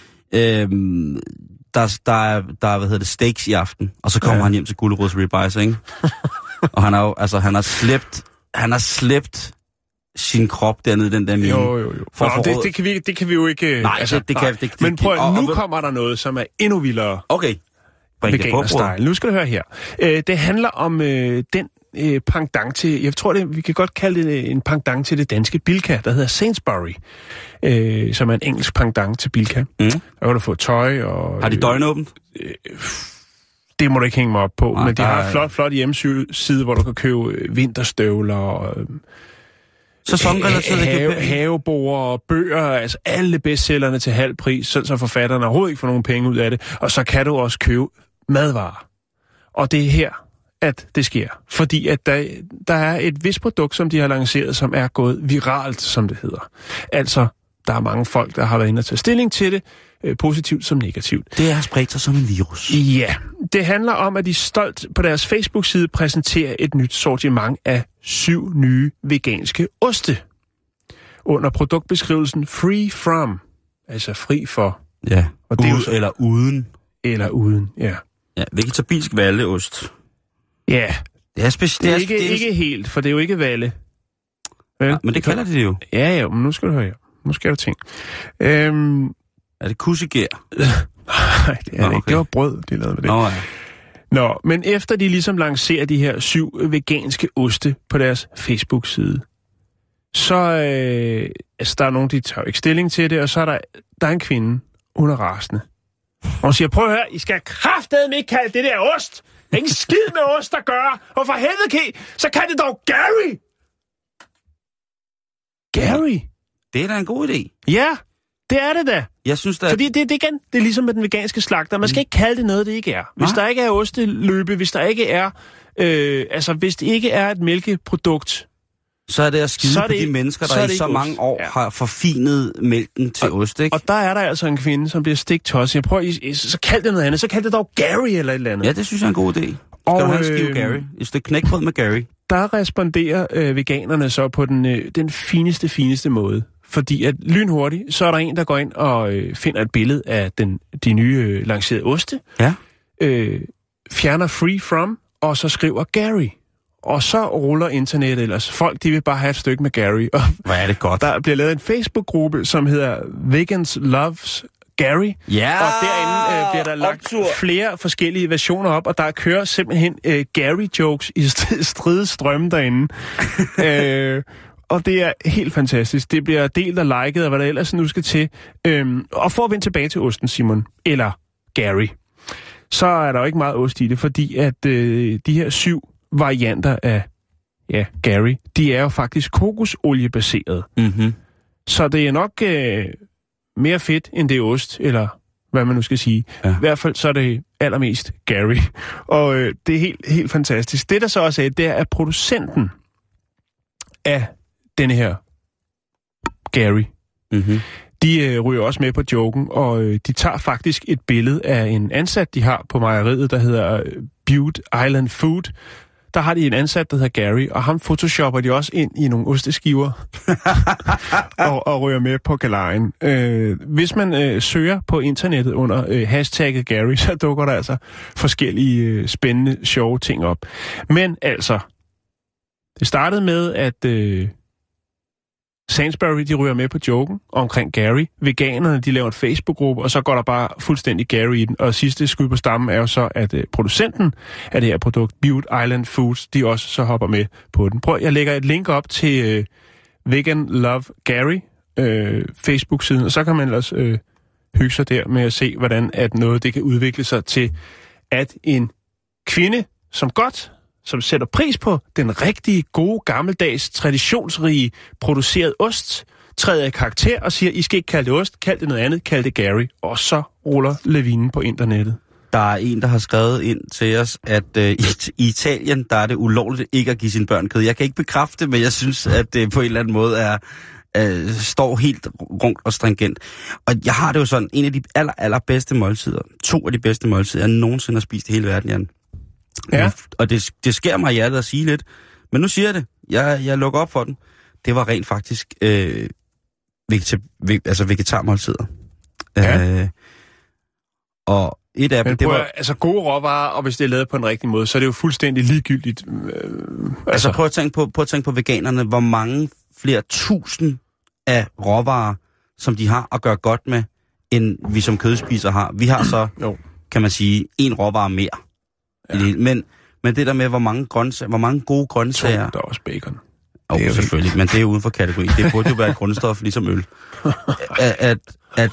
øhm, der, der, er, der er, hvad hedder det, steaks i aften. Og så kommer ja. han hjem til gulerods ribeyes, ikke? Og han har jo, altså, han har slæbt, han har slæbt sin krop dernede i den der mine. Jo, jo, jo. For Nå, det, det, kan vi, det kan vi jo ikke... Nej, altså, det, det kan... Det, det, Men prøv, og, nu og, kommer der noget, som er endnu vildere. Okay. Veganer-style. Nu skal du høre her. Øh, det handler om øh, den øh, pendant til... Jeg tror, det, vi kan godt kalde det en pendant til det danske Bilka, der hedder Sainsbury, øh, som er en engelsk pendant til Bilka. Mm. Der kan du få tøj og... Har de døgnåbent? Øh, det må du ikke hænge mig op på, nej, men de har et flot, flot hjemmeside, hvor du kan købe vinterstøvler og... Øh, Sæsonrelaterede have, haveboer og bøger, altså alle bestsellerne til halv pris, så forfatterne overhovedet ikke får nogen penge ud af det. Og så kan du også købe madvarer. Og det er her, at det sker. Fordi at der, der er et vist produkt, som de har lanceret, som er gået viralt, som det hedder. Altså, der er mange folk, der har været inde og tage stilling til det, øh, positivt som negativt. Det har spredt sig som en virus. Ja, det handler om, at de stolt på deres Facebook-side præsenterer et nyt sortiment af syv nye veganske oste. under produktbeskrivelsen free from, altså fri for. Ja, og det er Ude, jo, eller uden. Eller uden, ja. Ja, vegetabilsk valleost. Ja, det er, speci- det er, det er ikke, det er, ikke helt, for det er jo ikke valle. Ja, men det kalder de det jo. Ja, ja, men nu skal du høre her. Nu skal jeg jo tænke. Øhm, er det kussegær? Nej, det er Nå, det ikke. Okay. Det var brød, de lavede med det. Nå, ja. Nå, men efter de ligesom lancerer de her syv veganske oste på deres Facebook-side, så øh, altså, der er nogen, de tager ikke stilling til det, og så er der, der er en kvinde, hun er rasende. Og hun siger, prøv at høre, I skal kraftedeme ikke kalde det der ost. Det er ikke skid med ost, der gør. Og for helvede, kan så kan det dog Gary. Gary? Det er da en god idé. Ja, det er det da. Jeg synes da... Fordi det, det, igen, det er ligesom med den veganske slagter. Man skal ikke kalde det noget, det ikke er. Hvis Nej. der ikke er osteløbe, hvis der ikke er... Øh, altså, hvis det ikke er et mælkeprodukt... Så er det at skide på de mennesker, der i så mange år ja. har forfinet mælken til og, ost, ikke? Og der er der altså en kvinde, som bliver stigtosset. Jeg prøver, så kald det noget andet. Så kald det dog Gary eller et eller andet. Ja, det synes jeg er en god idé. Skal og, du have en skive øh, Gary? Et stykke knækbrød med Gary? Der responderer øh, veganerne så på den, øh, den fineste, fineste måde. Fordi at lynhurtigt, så er der en, der går ind og øh, finder et billede af den, de nye øh, lancerede oste. Ja. Øh, fjerner free from, og så skriver Gary. Og så ruller internettet ellers. Folk, de vil bare have et stykke med Gary. Og hvor er det godt. Der bliver lavet en Facebook-gruppe, som hedder Vegans Loves Gary. Ja! Og derinde øh, bliver der lagt optur. flere forskellige versioner op, og der kører simpelthen øh, Gary-jokes i stride strømme derinde. øh, og det er helt fantastisk. Det bliver delt og liket, og hvad der ellers nu skal til. Øhm, og for at vende tilbage til osten, Simon, eller Gary, så er der jo ikke meget ost i det, fordi at øh, de her syv varianter af ja, Gary, de er jo faktisk kokosoliebaseret. Mm-hmm. Så det er nok øh, mere fedt, end det er ost, eller hvad man nu skal sige. Ja. I hvert fald så er det allermest Gary. Og øh, det er helt, helt fantastisk. Det, der så også er, det er, at producenten af denne her Gary, mm-hmm. de øh, ryger også med på joken, og øh, de tager faktisk et billede af en ansat, de har på mejeriet, der hedder øh, Butte Island Food. Der har de en ansat, der hedder Gary, og ham photoshopper de også ind i nogle osteskiver og, og ryger med på galejen. Øh, hvis man øh, søger på internettet under øh, hashtagget Gary, så dukker der altså forskellige øh, spændende, sjove ting op. Men altså, det startede med, at øh, Sainsbury, de ryger med på joken omkring Gary. Veganerne, de laver en Facebook-gruppe, og så går der bare fuldstændig Gary i den. Og sidste skud på stammen er jo så, at øh, producenten af det her produkt, Butte Island Foods, de også så hopper med på den. Prøv, jeg lægger et link op til øh, Vegan Love Gary øh, Facebook-siden, og så kan man ellers øh, hygge sig der med at se, hvordan at noget det kan udvikle sig til, at en kvinde, som godt... som sætter pris på den rigtige, gode, gammeldags, traditionsrige, produceret ost, træder i karakter og siger, I skal ikke kalde det ost, kald det noget andet, kald det Gary. Og så ruller lavinen på internettet. Der er en, der har skrevet ind til os, at øh, i, i Italien, der er det ulovligt ikke at give sine børn kød. Jeg kan ikke bekræfte det, men jeg synes, at det på en eller anden måde er, øh, står helt rundt og stringent. Og jeg har det jo sådan, en af de aller, aller bedste måltider, to af de bedste måltider, jeg nogensinde har spist i hele verden, Jan. Ja. Og det, det sker mig i hjertet at sige lidt. Men nu siger jeg det. Jeg, jeg lukker op for den. Det var rent faktisk øh, vegeta, ve, altså vegetarmåltider. Ja. Øh, og et af dem, det var... Altså gode råvarer, og hvis det er lavet på en rigtig måde, så er det jo fuldstændig ligegyldigt. Øh, altså, altså prøv at tænke på, prøv at tænke på veganerne, hvor mange flere tusind af råvarer, som de har at gøre godt med, end vi som kødspisere har. Vi har så, jo. kan man sige, en råvare mere. Ja. Men, men det der med, hvor mange, grøntsager, hvor mange gode grøntsager... Der er også bacon. Jo, oh, selvfølgelig, helt... men det er uden for kategori. Det burde jo være et grundstof, ligesom øl. At, at, at,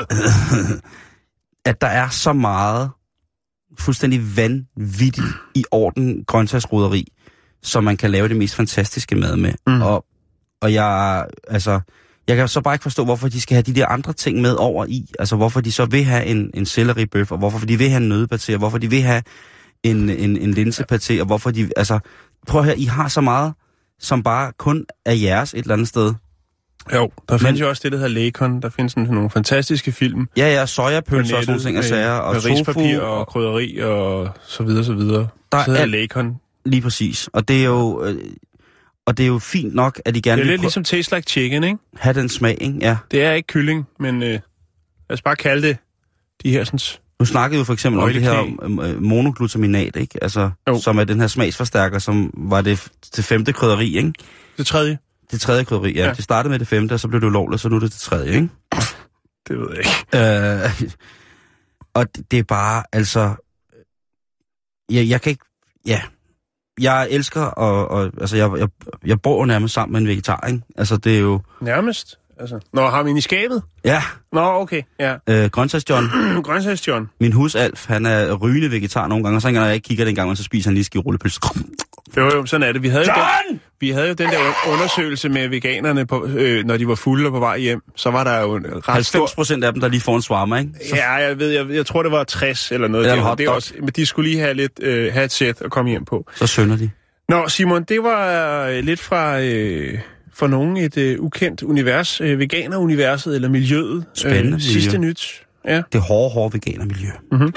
at der er så meget fuldstændig vanvittigt i orden grøntsagsroderi, som man kan lave det mest fantastiske mad med. Mm. Og, og jeg, altså, jeg kan så bare ikke forstå, hvorfor de skal have de der andre ting med over i. Altså, hvorfor de så vil have en, en selleribøf, og hvorfor de vil have en nøddepaté, og hvorfor de vil have en, en, en linsepaté, og hvorfor de... Altså, prøv at høre, I har så meget, som bare kun er jeres et eller andet sted. Jo, der Men, findes jo også det, der hedder Lakon. Der findes sådan nogle fantastiske film. Ja, ja, sojapølser og sådan nogle ting og sager. Og med rispapir og krydderi og så videre, så videre. Der så hedder Lakon. Lige præcis. Og det er jo... Øh, Og det er jo fint nok, at de gerne det er vil lidt ligesom taste like chicken, ikke? have den smag, ikke? Ja. Det er ikke kylling, men øh, lad os bare kalde det de her sådan... Nu snakkede vi jo for eksempel om det her øh, monoglutaminat, ikke? Altså, jo. Som er den her smagsforstærker, som var det, det femte krydderi, ikke? Det tredje. Det tredje krydderi, ja. ja. Det startede med det femte, og så blev det ulovligt, så nu er det det tredje, ikke? Det ved jeg ikke. Øh, og det, det er bare, altså... Jeg, jeg kan ikke... Ja... Jeg elsker, og, og altså, jeg, jeg, jeg bor nærmest sammen med en vegetar, ikke? Altså, det er jo... Nærmest? Altså, når har vi i skabet? Ja. Nå, okay, ja. Øh, Grøntsags-John. Grøntsags-John. Min husalf, han er rygende vegetar nogle gange, og så når jeg ikke kigger den gang, så spiser han lige skive rullepølse. Jo, jo, sådan er det. Vi havde, jo den, vi havde jo den der undersøgelse med veganerne, på, øh, når de var fulde og på vej hjem. Så var der jo en ret halvfems procent af dem, der lige får en shawarma, ikke? Så... Ja, jeg ved, jeg, jeg tror, det var tres eller noget. Eller det, det er også, men de skulle lige have, lidt, øh, have et sæt at komme hjem på. Så synder de. Nå, Simon, det var øh, lidt fra... Øh, for nogen et øh, ukendt univers, øh, veganeruniverset eller miljøet. Spændende øh, Sidste miljø. nyt. Ja. Det hårde, hårde veganermiljø. Mm-hmm.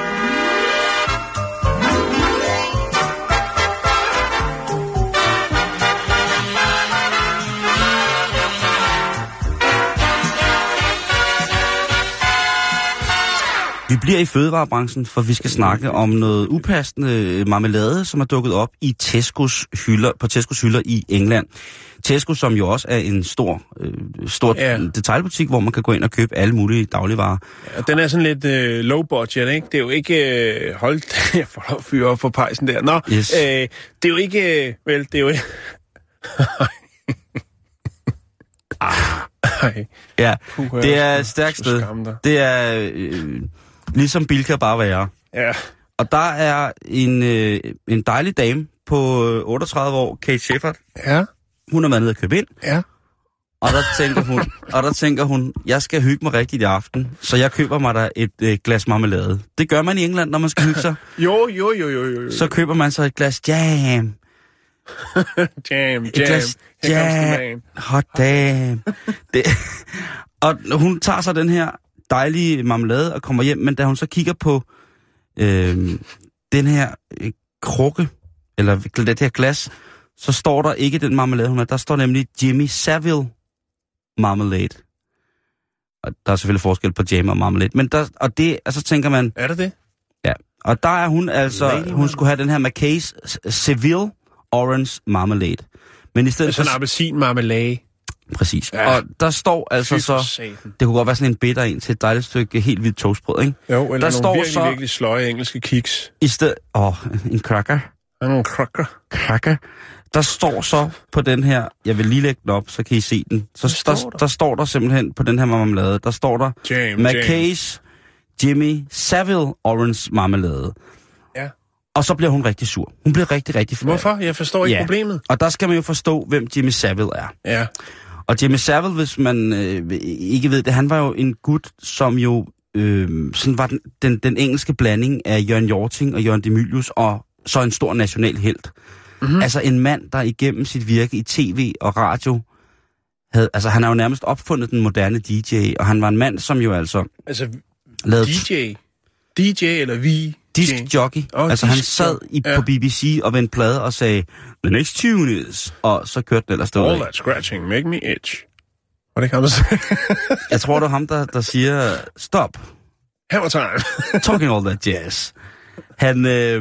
Vi bliver i fødevarebranchen, for vi skal snakke om noget upassende marmelade, som er dukket op i Tesco's hylder, på Tesco's hylder i England. Tesco, som jo også er en stor, øh, stor ja. detailbutik, hvor man kan gå ind og købe alle mulige dagligvarer. Ja, den er sådan lidt øh, low budget, ikke? Det er jo ikke... Øh, hold jeg får lov at fyre op for pejsen der. Nå, yes. øh, det er jo ikke... Øh, vel, det er jo ikke... ah. Ja, det er et stærkt sted. Det er... Øh, Ligesom Bilka kan bare være. Ja. Og der er en, øh, en dejlig dame på otteogtredive år, Kate Shepard. Ja. Hun er været nede at købe ind. Ja. Og der tænker hun, og der tænker hun, jeg skal hygge mig rigtigt i aften, så jeg køber mig der et øh, glas marmelade. Det gør man i England, når man skal hygge sig. jo, jo, jo, jo, jo. Så køber man så et glas jam. jam, et jam. Glas jam. Hot damn. Det, og hun tager så den her dejlige marmelade og kommer hjem, men da hun så kigger på øh, den her øh, krukke, eller det her glas, så står der ikke den marmelade, hun har. Der står nemlig Jimmy Savile Marmalade. Og der er selvfølgelig forskel på jam og marmelade, men der, og det, og så tænker man... Er det det? Ja, og der er hun altså, Lady hun skulle have den her McCays Seville Orange Marmalade. Men i stedet altså for... en appelsin-marmelade. Præcis. Ja. Og der står altså så... Det kunne godt være sådan en bitter en til et dejligt stykke helt hvidt toastbrød, ikke? Jo, eller der nogle står virkelig, så, virkelig sløje engelske kiks. I stedet... Åh, oh, en cracker. Ja, nogle cracker. Cracker. Der står så på den her... Jeg vil lige lægge den op, så kan I se den. Så står der, der? der står der simpelthen på den her marmelade, der står der... Jam, McCays Jimmy Savile Orange Marmelade. Ja. Og så bliver hun rigtig sur. Hun bliver rigtig, rigtig... Hvorfor? Jeg forstår ikke ja. problemet. Og der skal man jo forstå, hvem Jimmy Savile er. Ja. Og Jimmy Savile, hvis man øh, ikke ved det, han var jo en gut, som jo øh, sådan var den, den, den engelske blanding af Jørgen Hjorting og Jørgen de Mylius, og så en stor national helt. Mm-hmm. Altså en mand, der igennem sit virke i tv og radio, havde, altså han har jo nærmest opfundet den moderne D J, og han var en mand, som jo altså... Altså lavede D J? D J eller vi? Disc jockey. Oh, altså han sad i, ja. på B B C og vendte plade og sagde, the next tune is, og så kørte den ellers stod all that scratching make me itch. Var det ikke ham, der sagde? Jeg tror, det er ham, der, der siger, stop. Hammer time. Talking all that jazz. Han, øh,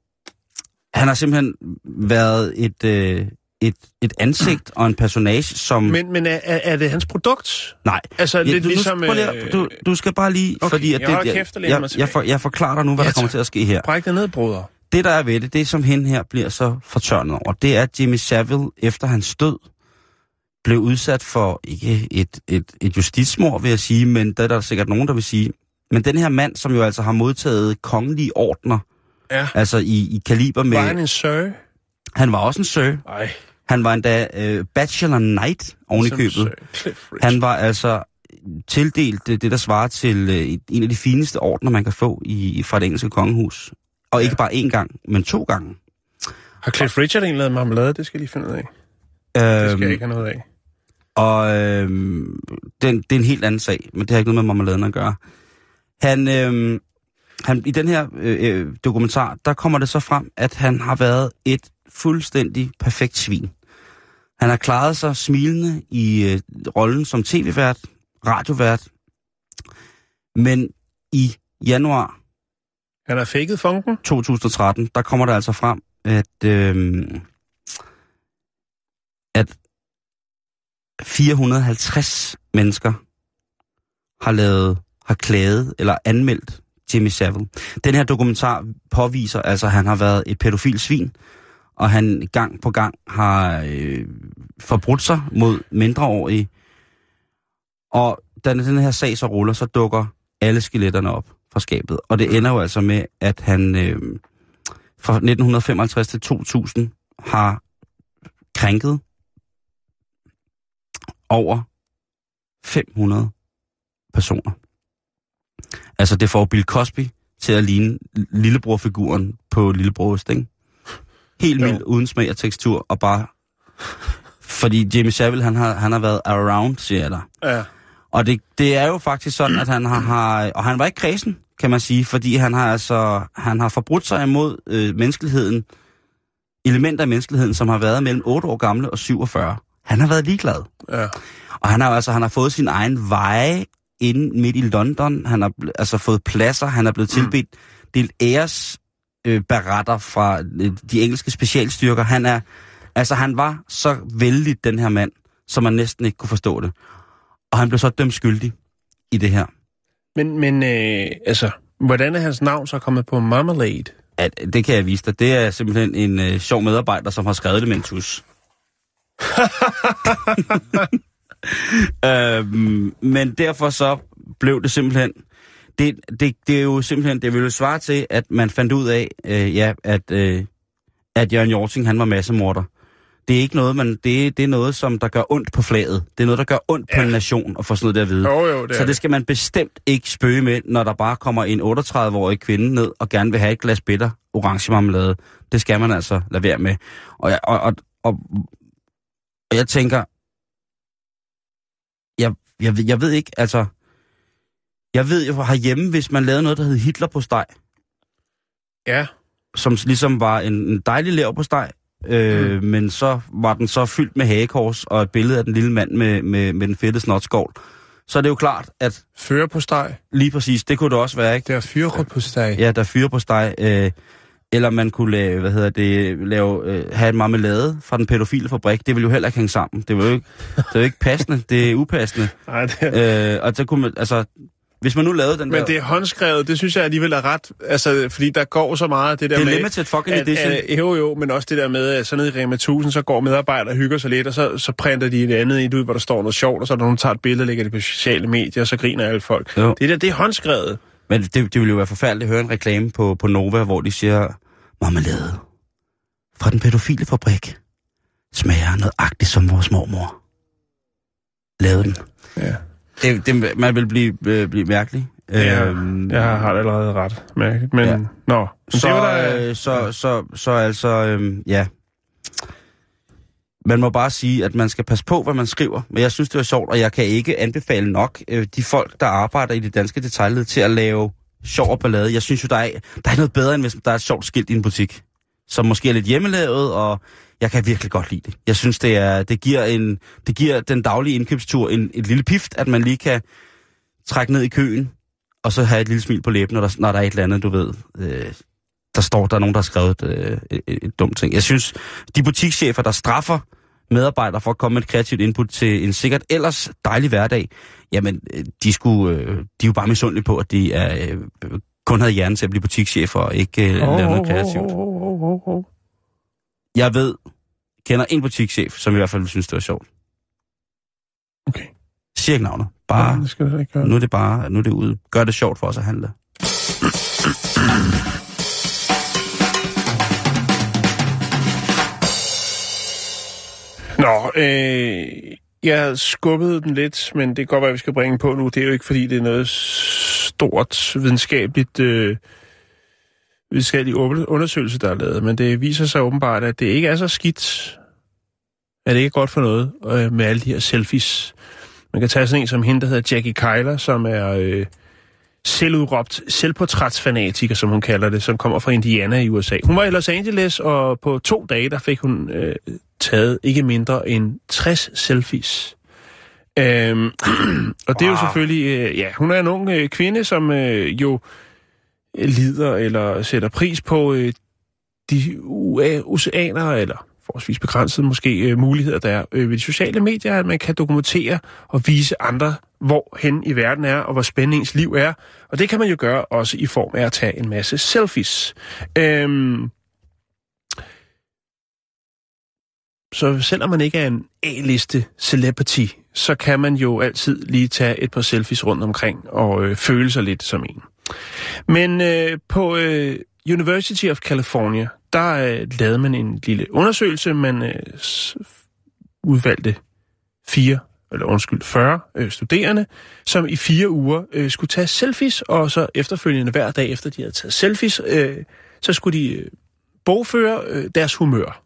han har simpelthen været et, øh, et, et ansigt og en personage, som... Men, men er, er det hans produkt? Nej. Altså ja, lidt du, ligesom... Lige, du, du skal bare lige... Okay, fordi at jeg det, har jeg, kæft og jeg, jeg, jeg, for, jeg forklarer dig nu, hvad ja, der kommer til at ske her. Bræk det ned, broder. Det, der er ved det, det som hende her bliver så fortørnet over, det er, at Jimmy Savile, efter hans død, blev udsat for, ikke et, et, et justitsmord, vil jeg sige, men der er der sikkert nogen, der vil sige, men den her mand, som jo altså har modtaget kongelige ordner, ja. altså i, i kaliber med... Var han en sir? Han var også en sir. Ej. Han var endda øh, Bachelor Knight oven i købet. Han var altså tildelt det, det der svarer til øh, en af de fineste ordner, man kan få i, fra det engelske kongehus. Og ja. Ikke bare én gang, men to gange. Har Cliff Richard egentlig lavet marmelade? Det skal jeg lige finde ud af. Øhm, det skal jeg ikke have noget af. Og øh, det, det er en helt anden sag, men det har ikke noget med marmeladen at gøre. Han, øh, han, i den her øh, dokumentar, der kommer det så frem, at han har været et fuldstændig perfekt svin. Han har klaret sig smilende i øh, rollen som tv-vært, radiovært. Men i januar Han har faked funken? to tusind og tretten, der kommer der altså frem, at, øh, at fire hundrede og halvtreds mennesker har lavet, har klaget eller anmeldt Jimmy Savile. Den her dokumentar påviser altså, at han har været et pædofil svin, og han gang på gang har øh, forbrudt sig mod mindreårige. Og da den her sag så ruller, så dukker alle skeletterne op fra skabet. Og det ender jo altså med, at han øh, fra nitten femoghalvtreds til to tusind har krænket over fem hundrede personer. Altså det får Bill Cosby til at ligne lillebrorfiguren på Lillebror Ost, ikke? Helt mild, uden smag og tekstur, og bare... Fordi Jimmy Savile, han har, han har været around, siger jeg der. Ja. Og det, det er jo faktisk sådan, at han har, har... Og han var ikke kredsen, kan man sige, fordi han har altså... Han har forbrudt sig imod øh, menneskeligheden, elementer af menneskeligheden, som har været mellem otte år gamle og syvogfyrre. Han har været ligeglad. Ja. Og han har altså han har fået sin egen veje inde midt i London. Han har altså fået pladser. Han er blevet tilbedt delt æres øh, beretter fra øh, de engelske specialstyrker. Han er altså han var så vældig, den her mand, som man næsten ikke kunne forstå det. Og han blev så dømt skyldig i det her. Men, men øh, altså, hvordan er hans navn så kommet på Marmalade? Ja, det kan jeg vise dig. Det er simpelthen en øh, sjov medarbejder, som har skrevet det med en tus. øhm, men derfor så blev det simpelthen... Det, det, det er jo simpelthen... Det ville jo svare til, at man fandt ud af, øh, ja, at, øh, at Jørgen Hjorting, han var massemorder. Det er ikke noget, man, det, det er noget, som der gør ondt på flaget. Det er noget, der gør ondt ja. på en nation at få sådan noget der at vide. Jo, jo, det så det det. skal man bestemt ikke spøge med, når der bare kommer en otteogtredive-årig kvinde ned og gerne vil have et glas bitter orange marmelade. Det skal man altså lade være med. Og, og, og, og, og jeg tænker, jeg, jeg, jeg ved ikke, altså, jeg ved jo herhjemme, hvis man lavede noget, der hed Hitler på steg. Ja. Som ligesom var en, en dejlig lever på steg. Øh, mm. Men så var den så fyldt med hagekors og et billede af den lille mand med, med, med den fedte snotskovl. Så er det jo klart, at... Fyre på steg. Lige præcis, det kunne det også være, ikke? Der er fyre på steg. Ja, der er fyre på steg. Øh, eller man kunne lave, hvad hedder det, lave, øh, have en marmelade fra den pædofile fabrik. Det ville jo heller ikke hænge sammen. Det var jo ikke, det var jo ikke passende, det er upassende. Nej, det er... Øh, og så kunne man, altså... Hvis man nu lavede den Men der... det er håndskrevet, det synes jeg alligevel er ret... Altså, fordi der går så meget det der det er med... Det er limited fucking at, edition. At, jo, jo, men også det der med, at så nede i Rema tusind, så går medarbejdere og hygger sig lidt, og så, så printer de et andet ind ud, hvor der står noget sjovt, og så er der nogen, der tager et billede og lægger det på sociale medier, og så griner alle folk. Jo. Det der, det er håndskrevet. Men det, det ville jo være forfærdeligt at høre en reklame på, på Nova, hvor de siger, marmelade fra den pædofile fabrik smager nøjagtigt som vores mormor. Lavede den. Ja. Det, det, man vil blive, øh, blive mærkelig. Ja, øhm, jeg har allerede ret mærkeligt, men... Ja. Nå, så, det var der... øh, så, så, så altså, øh, ja... Man må bare sige, at man skal passe på, hvad man skriver. Men jeg synes, det var sjovt, og jeg kan ikke anbefale nok øh, de folk, der arbejder i det danske detailled til at lave sjov og ballade. Jeg synes jo, der er, der er noget bedre, end hvis der er et sjovt skilt i en butik, som måske er lidt hjemmelavet, og jeg kan virkelig godt lide det. Jeg synes, det, er, det, giver, en, det giver den daglige indkøbstur en, et lille pift, at man lige kan trække ned i køen, og så have et lille smil på læben, når der, når der er et eller andet, du ved. Øh, der står, der er nogen, der har skrevet øh, et, et, et dumt ting. Jeg synes, de butikschefer, der straffer medarbejdere for at komme med et kreativt input til en sikkert ellers dejlig hverdag, jamen, de, skulle, øh, de er jo bare misundelige på, at de er, øh, kun havde hjernen til at blive butikschefer og ikke øh, oh, lave noget kreativt. Oh, oh, oh, oh. Jeg ved, kender en butikschef, som i hvert fald synes, det var sjovt. Okay. Siger ikke navnet. Bare, ja, det skal det ikke gøre. Nu er det bare, nu er det ude. Gør det sjovt for os at handle. Nå, øh, jeg skubbede den lidt, men det kan godt være, at vi skal bringe på nu. Det er jo ikke, fordi det er noget stort videnskabeligt øh, videnskabelig undersøgelse, der er lavet, men det viser sig åbenbart, at det ikke er så skidt, at det ikke er godt for noget øh, med alle de her selfies. Man kan tage sådan en som hende, der hedder Jackie Kyler, som er øh, selvudråbt selvportrætsfanatiker, som hun kalder det, som kommer fra Indiana i U S A. Hun var i Los Angeles, og på to dage, der fik hun øh, taget ikke mindre end tres selfies. Øhm, og det er jo selvfølgelig, øh, ja, hun er en ung øh, kvinde, som øh, jo lider eller sætter pris på øh, de oceaner, eller forholdsvis begrænsede måske øh, muligheder, der er øh, ved de sociale medier, at man kan dokumentere og vise andre, hvor hen i verden er, og hvor spændende ens liv er. Og det kan man jo gøre også i form af at tage en masse selfies. Øhm, Så selvom man ikke er en A-liste celebrity, så kan man jo altid lige tage et par selfies rundt omkring og øh, føle sig lidt som en. Men øh, på øh, University of California, der øh, lavede man en lille undersøgelse. Man øh, udvalgte fire, eller undskyld, fyrre øh, studerende, som i fire uger øh, skulle tage selfies, og så efterfølgende hver dag efter de havde taget selfies, øh, så skulle de øh, bogføre øh, deres humør.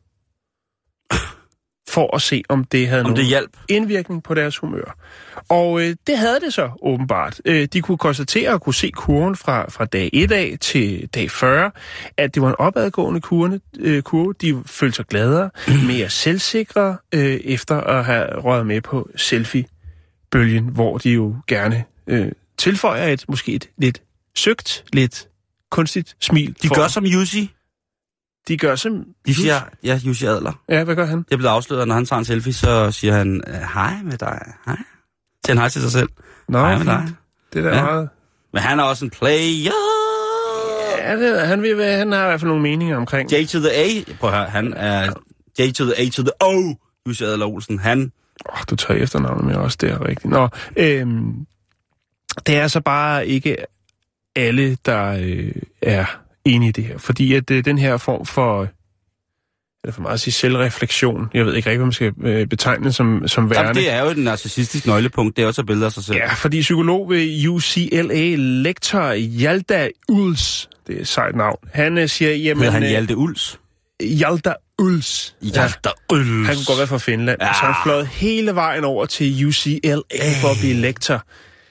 For at se, om det havde om nogen det hjalp. indvirkning på deres humør. Og øh, det havde det så åbenbart. Øh, de kunne konstatere og kunne se kurven fra, fra dag et af til dag fyrre, at det var en opadgående kurve. Øh, kurve. De følte sig gladere, mere selvsikre, øh, efter at have røget med på selfie-bølgen, hvor de jo gerne øh, tilføjer et, måske et lidt søgt, lidt kunstigt smil. De gør som Jussi. De gør som... De siger, ja, Jussi Adler. Ja, hvad gør han? Det er blevet afsløret, når han tager en selfie, så siger han, hej med dig, hej. Siger han hej til sig selv. Nå, hej med dig. Det er da ja. meget... Men han er også en player. Ja, det, han, vil, han har i hvert fald nogle meninger omkring. J to the A, prøv at høre, han er J to the A to the O, Jussi Adler Olsen, han... Oh, du tager efternavnet med også, det er rigtigt. Nå, øhm, det er altså bare ikke alle, der øh, er enige i det her, fordi at øh, den her form for... eller for meget at sige selvreflektion. Jeg ved ikke rigtig, hvad man skal øh, betegne som, som værende. Jamen, det er jo et narcissistisk nøglepunkt. Det er også at billede af sig selv. Ja, fordi psykolog ved U C L A, lektor Hjalte Uls, det er et sejt navn, han øh, siger, jamen... Hedder han Hjalte Uls? Hjalte Uls. Hjalte Uls. Han kunne godt være fra Finland. Ja. Så han fløjet hele vejen over til U C L A for at blive lektor.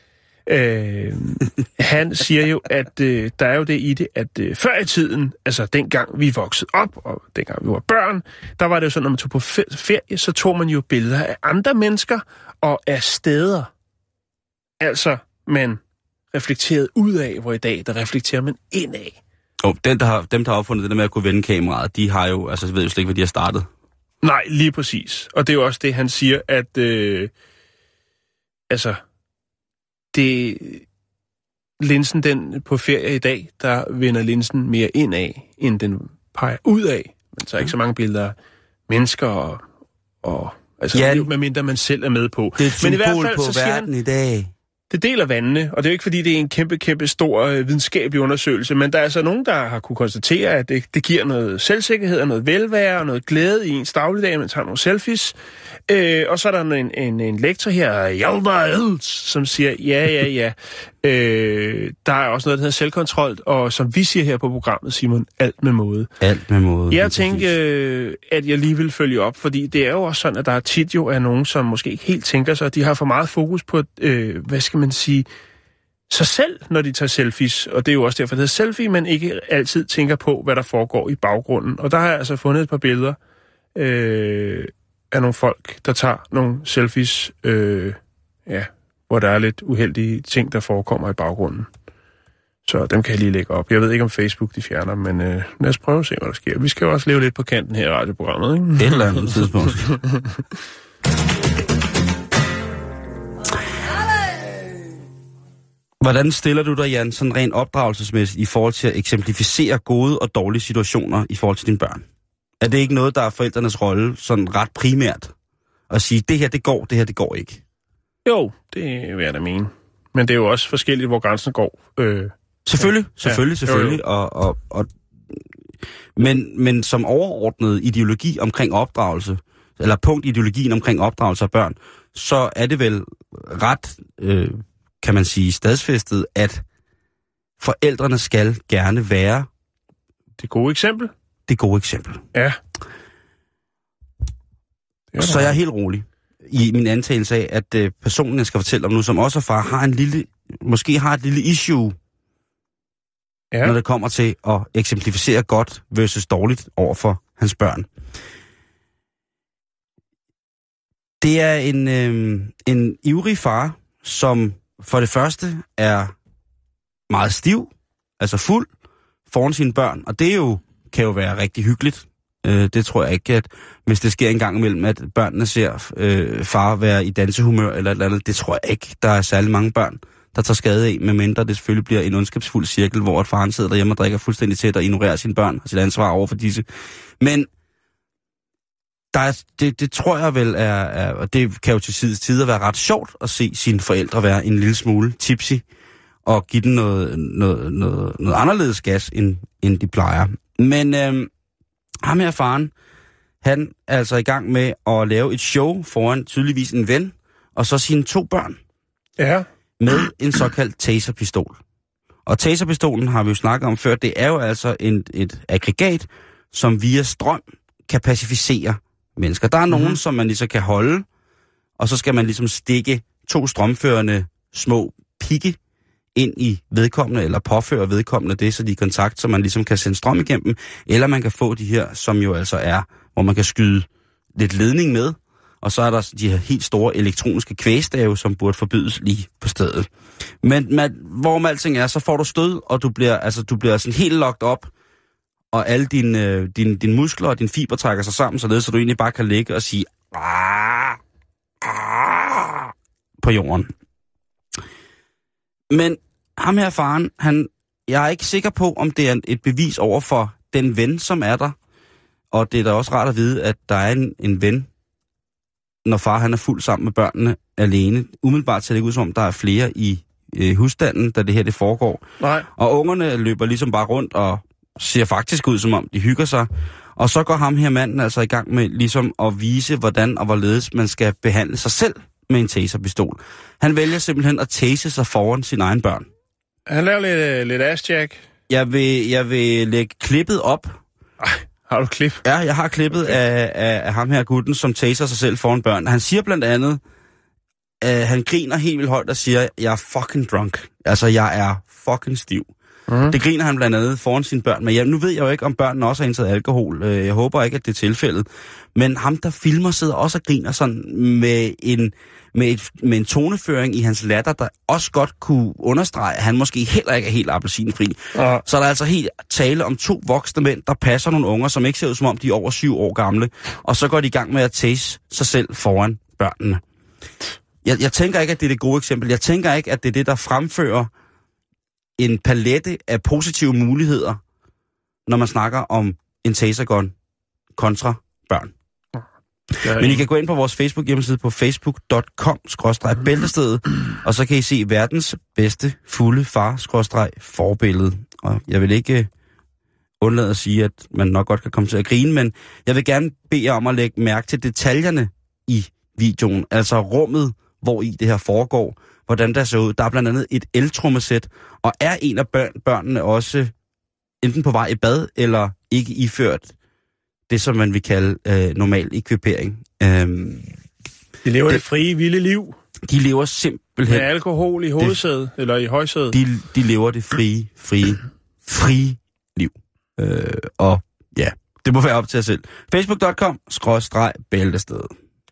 Øh, han siger jo, at øh, der er jo det i det, at øh, før i tiden, altså dengang vi voksede op, og dengang vi var børn, der var det jo sådan, når man tog på ferie, så tog man jo billeder af andre mennesker og af steder. Altså, man reflekterede ud af, hvor i dag, der reflekterer man ind af. Og den, der har, dem, der har opfundet det der med at kunne vende kameraet, de har jo, altså, ved jo slet ikke, hvad de har startet. Nej, lige præcis. Og det er jo også det, han siger, at øh, altså... Det, linsen, den på ferie i dag, der vender linsen mere indad, end den peger ud af. Man tager ikke så mange billeder af mennesker, og, og altså, ja, det, medmindre man selv er med på. Det er et symbol Men i hvert fald, på så verden han, i dag. Det deler vandene, og det er jo ikke, fordi det er en kæmpe, kæmpe stor øh, videnskabelig undersøgelse, men der er altså nogen, der har kunne konstatere, at det, det giver noget selvsikkerhed og noget velvære og noget glæde i ens dagligdag, man tager nogle selfies. Øh, og så er der en, en, en lektor her, Hjalte, som siger, ja, ja, ja. Øh, der er også noget, der hedder selvkontrol, og som vi siger her på programmet, Simon, alt med måde. Alt med måde. Jeg tænkte, øh, at jeg lige vil følge op, fordi det er jo også sådan, at der er tit jo er nogen, som måske ikke helt tænker sig, de har for meget fokus på, øh, hvad skal man sige, sig selv, når de tager selfies. Og det er jo også derfor, det hedder selfie, men ikke altid tænker på, hvad der foregår i baggrunden. Og der har jeg altså fundet et par billeder øh, af nogle folk, der tager nogle selfies, øh, ja, hvor der er lidt uheldige ting, der forekommer i baggrunden. Så dem kan jeg lige lægge op. Jeg ved ikke, om Facebook de fjerner, men øh, lad os prøve at se, hvad der sker. Vi skal jo også leve lidt på kanten her i radioprogrammet, ikke? Et eller andet tidspunkt. Hvordan stiller du dig, Jan, sådan rent opdragelsesmæssigt i forhold til at eksemplificere gode og dårlige situationer i forhold til dine børn? Er det ikke noget, der er forældrenes rolle sådan ret primært? At sige, det her det går, det her det går ikke? Jo, det vil jeg da mene. Men det er jo også forskelligt, hvor grænsen går. Øh, selvfølgelig, selvfølgelig, ja, selvfølgelig. Jo, jo. Og, og, og, men, men som overordnet ideologi omkring opdragelse, eller punktideologien omkring opdragelse af børn, så er det vel ret, øh, kan man sige, stadsfæstet, at forældrene skal gerne være det gode eksempel. Det gode eksempel. Ja. Så jeg er helt rolig i min antagelse af, at øh, personen, jeg skal fortælle om nu, som også er far, har en lille, måske har et lille issue, ja, når det kommer til at eksemplificere godt versus dårligt over for hans børn. Det er en, øh, en ivrig far, som for det første er meget stiv, altså fuld, foran sine børn. Og det er jo, kan jo være rigtig hyggeligt. Øh, det tror jeg ikke, at hvis det sker en gang imellem, at børnene ser øh, far være i dansehumør eller et eller andet, det tror jeg ikke, der er særlig mange børn, der tager skade af, medmindre det selvfølgelig bliver en ondskabsfuld cirkel, hvor et faren sidder derhjemme og drikker fuldstændig tæt og ignorerer sine børn og sit ansvar over for disse. Men der er, det, det tror jeg vel er, er, og det kan jo til tider, tider være ret sjovt at se sine forældre være en lille smule tipsy og give dem noget, noget, noget, noget anderledes gas, end, end de plejer. Men øh, ham her faren, han er altså i gang med at lave et show foran tydeligvis en ven, og så sine to børn. Ja. Med en såkaldt taserpistol. Og taserpistolen har vi jo snakket om før, det er jo altså en, et aggregat, som via strøm kan pacificere mennesker. Der er nogen, mm-hmm. som man ligesom kan holde, og så skal man ligesom stikke to strømførende små pigge ind i vedkommende, eller påføre vedkommende det, så de er i kontakt, så man ligesom kan sende strøm igennem, eller man kan få de her, som jo altså er, hvor man kan skyde lidt ledning med, og så er der de her helt store elektroniske kvægstave, som burde forbydes lige på stedet. Men man, hvorom alting er, så får du stød, og du bliver, altså, du bliver sådan helt locked op, og alle dine, dine, dine muskler og dine fiber trækker sig sammen, således, så du egentlig bare kan ligge og sige Aah! Aah! På jorden. Men ham her faren, han, jeg er ikke sikker på, om det er et bevis over for den ven, som er der. Og det er da også rart at vide, at der er en, en ven, når far han er fuld sammen med børnene alene. Umiddelbart ser det ikke ud som om, der er flere i øh, husstanden, da det her det foregår. Nej. Og ungerne løber ligesom bare rundt og ser faktisk ud, som om de hygger sig. Og så går ham her manden altså i gang med ligesom at vise, hvordan og hvorledes man skal behandle sig selv med en taserpistol. Han vælger simpelthen at tase sig foran sine egne børn. Han laver lidt, lidt ass-jack. Jeg vil, jeg vil lægge klippet op. Ej, har du klip? Ja, jeg har klippet okay. af, af, af ham her gutten, som taser sig selv foran børn. Han siger blandt andet, at han griner helt vildt højt og siger, jeg er fucking drunk. Altså, jeg er fucking stiv. Mm. Det griner han blandt andet foran sine børn. Men ja, nu ved jeg jo ikke, om børnene også har indtaget alkohol. Jeg håber ikke, at det er tilfældet. Men ham, der filmer, sidder også og griner sådan med en, med, et, med en toneføring i hans latter, der også godt kunne understrege, at han måske heller ikke er helt appelsinfri. Uh. Så der er altså helt tale om to voksne mænd, der passer nogle unger, som ikke ser ud som om, de er over syv år gamle. Og så går de i gang med at tase sig selv foran børnene. Jeg, jeg tænker ikke, at det er det gode eksempel. Jeg tænker ikke, at det er det, der fremfører en palette af positive muligheder, når man snakker om en tasergun kontra børn. Ja, men I kan gå ind på vores Facebook-hjemmeside på facebook punktum com skråstreg bæltestedet, og så kan I se verdens bedste fulde far skråstreg forbillede. Og jeg vil ikke undlade at sige, at man nok godt kan komme til at grine, men jeg vil gerne bede jer om at lægge mærke til detaljerne i videoen, altså rummet, hvor i det her foregår, hvordan der ser ud. Der er blandt andet et eltrommesæt, og er en af børn, børnene også enten på vej i bad, eller ikke iført det, som man vil kalde øh, normal ekvipering. Øhm, de lever det, det frie, vilde liv. De lever simpelthen... Med alkohol i hovedsædet, eller i højsædet. De, de lever det frie, frie, frie liv. Øh, og ja, det må være op til jer selv. facebook punktum com skråstreg bæltestedet.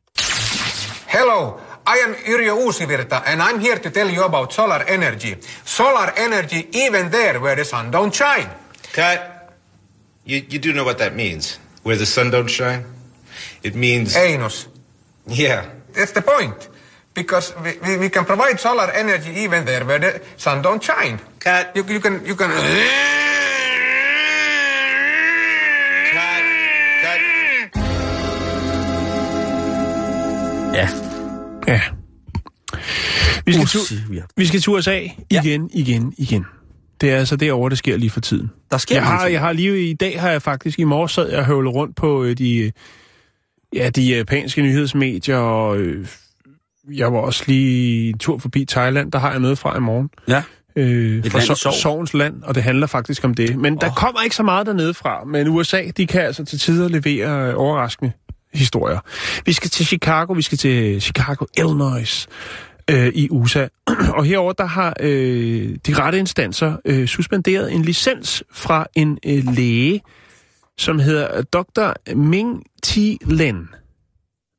Hello, I am Yrjö Uusivirta, and I'm here to tell you about solar energy. Solar energy even there where the sun don't shine. Cut. You, you do know what that means, where the sun don't shine? It means... Anus. Yeah. That's the point. Because we, we, we can provide solar energy even there where the sun don't shine. Cut. You, you can... You can... Cut. Cut. Ja. Ja. Vi skal, tu- vi skal til U S A igen, ja. igen, igen. Det er altså derovre, det sker lige for tiden. Der sker jeg har, jeg har lige i dag, har jeg faktisk i morges sad jeg høvlet rundt på de, ja, de japanske nyhedsmedier, og øh, jeg var også lige en tur forbi Thailand, der har jeg noget fra i morgen. Ja. Øh, fra so- Sovens land, og det handler faktisk om det. Men oh. der kommer ikke så meget dernede fra, men U S A, de kan altså til tider levere øh, overraskende historier. Vi skal til Chicago, vi skal til Chicago, Illinois, øh, i U S A. Og herover der har øh, de rette instanser øh, suspenderet en licens fra en øh, læge, som hedder doktor Ming Thi Len.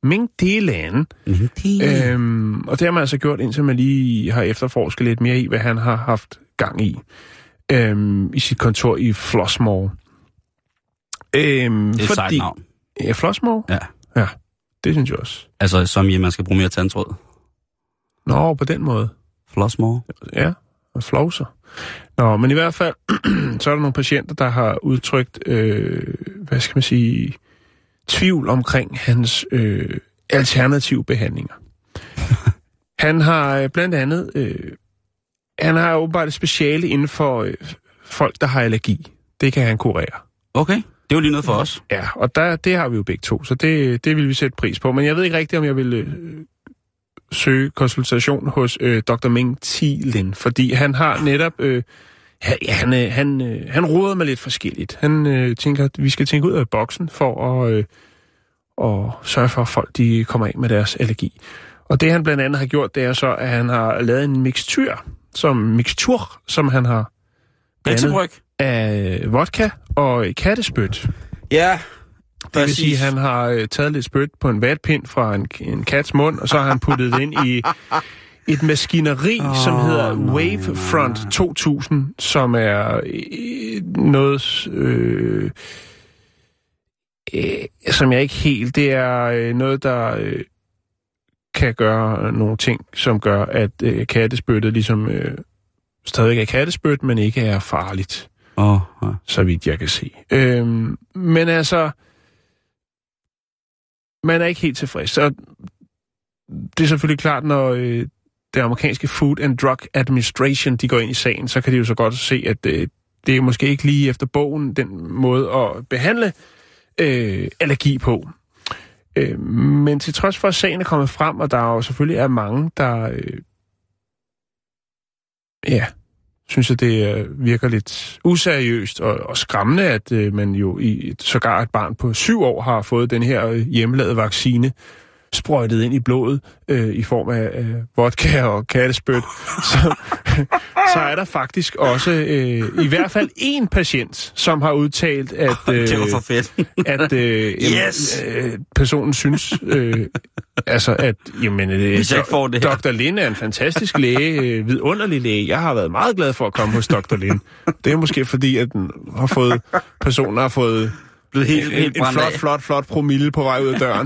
Ming Delan. Ming Delan. Øhm, og det har man altså gjort, indtil man lige har efterforsket lidt mere i, hvad han har haft gang i. Øhm, I sit kontor i Flossmoor. Øhm, det er et fordi... sejt navn. Ja, Flossmoor? Ja. Ja, det synes jeg også. Altså, som i, man skal bruge mere tandtråd. Nå, på den måde. Flossmoor. Ja, og flosser. Nå, men i hvert fald, så er der nogle patienter, der har udtrykt, øh, hvad skal man sige, tvivl omkring hans øh, alternative behandlinger. Han har blandt andet, øh, han har åbenbart et speciale inden for øh, folk, der har allergi. Det kan han kurere. Okay, det er jo lige noget for os. Ja, og der, det har vi jo begge to, så det, det vil vi sætte pris på. Men jeg ved ikke rigtigt, om jeg vil øh, søge konsultation hos øh, doktor Ming Delan, fordi han har netop... Øh, han, han, han, øh, han roder med lidt forskelligt. Han øh, tænker, at vi skal tænke ud af boksen for at, øh, at sørge for, at folk de kommer af med deres allergi. Og det han blandt andet har gjort, det er så, at han har lavet en mixtur, som, mixtur, som han har blandet af vodka og kattespyt. Ja, det vil sige, at han har øh, taget lidt spyt på en vatpind fra en, en kats mund, og så har han puttet det ind i et maskineri, oh, som hedder nej, Wavefront nej. to tusind, som er øh, noget, øh, øh, som jeg ikke helt... Det er øh, noget, der øh, kan gøre nogle ting, som gør, at øh, kattespyttet ligesom øh, stadig er kattespyt, men ikke er farligt. Oh, ja. Så vidt jeg kan se. Øhm, men altså, man er ikke helt tilfreds. Så det er selvfølgelig klart, når øh, det amerikanske Food and Drug Administration, de går ind i sagen, så kan de jo så godt se, at øh, det er måske ikke lige efter bogen den måde at behandle øh, allergi på. Øh, men til trods for, at sagen er kommet frem, og der jo selvfølgelig er mange, der øh, ja, synes jeg, det virker lidt useriøst og, og skræmmende, at øh, man jo i et, sågar et barn på syv år har fået den her øh, hjemmelavede vaccine sprøjtet ind i blodet øh, i form af øh, vodka og kattespyt. Så, så er der faktisk også øh, i hvert fald én patient, som har udtalt, at, øh, det var for fedt. at øh, yes! jamen, øh, personen synes, øh, altså at jamen, øh, do- det doktor Lin er en fantastisk læge, øh, vidunderlig læge. Jeg har været meget glad for at komme hos doktor Lin. Det er måske fordi, at den har fået, personen har fået blevet helt, en, helt en flot, flot, flot promille på vej ud af døren.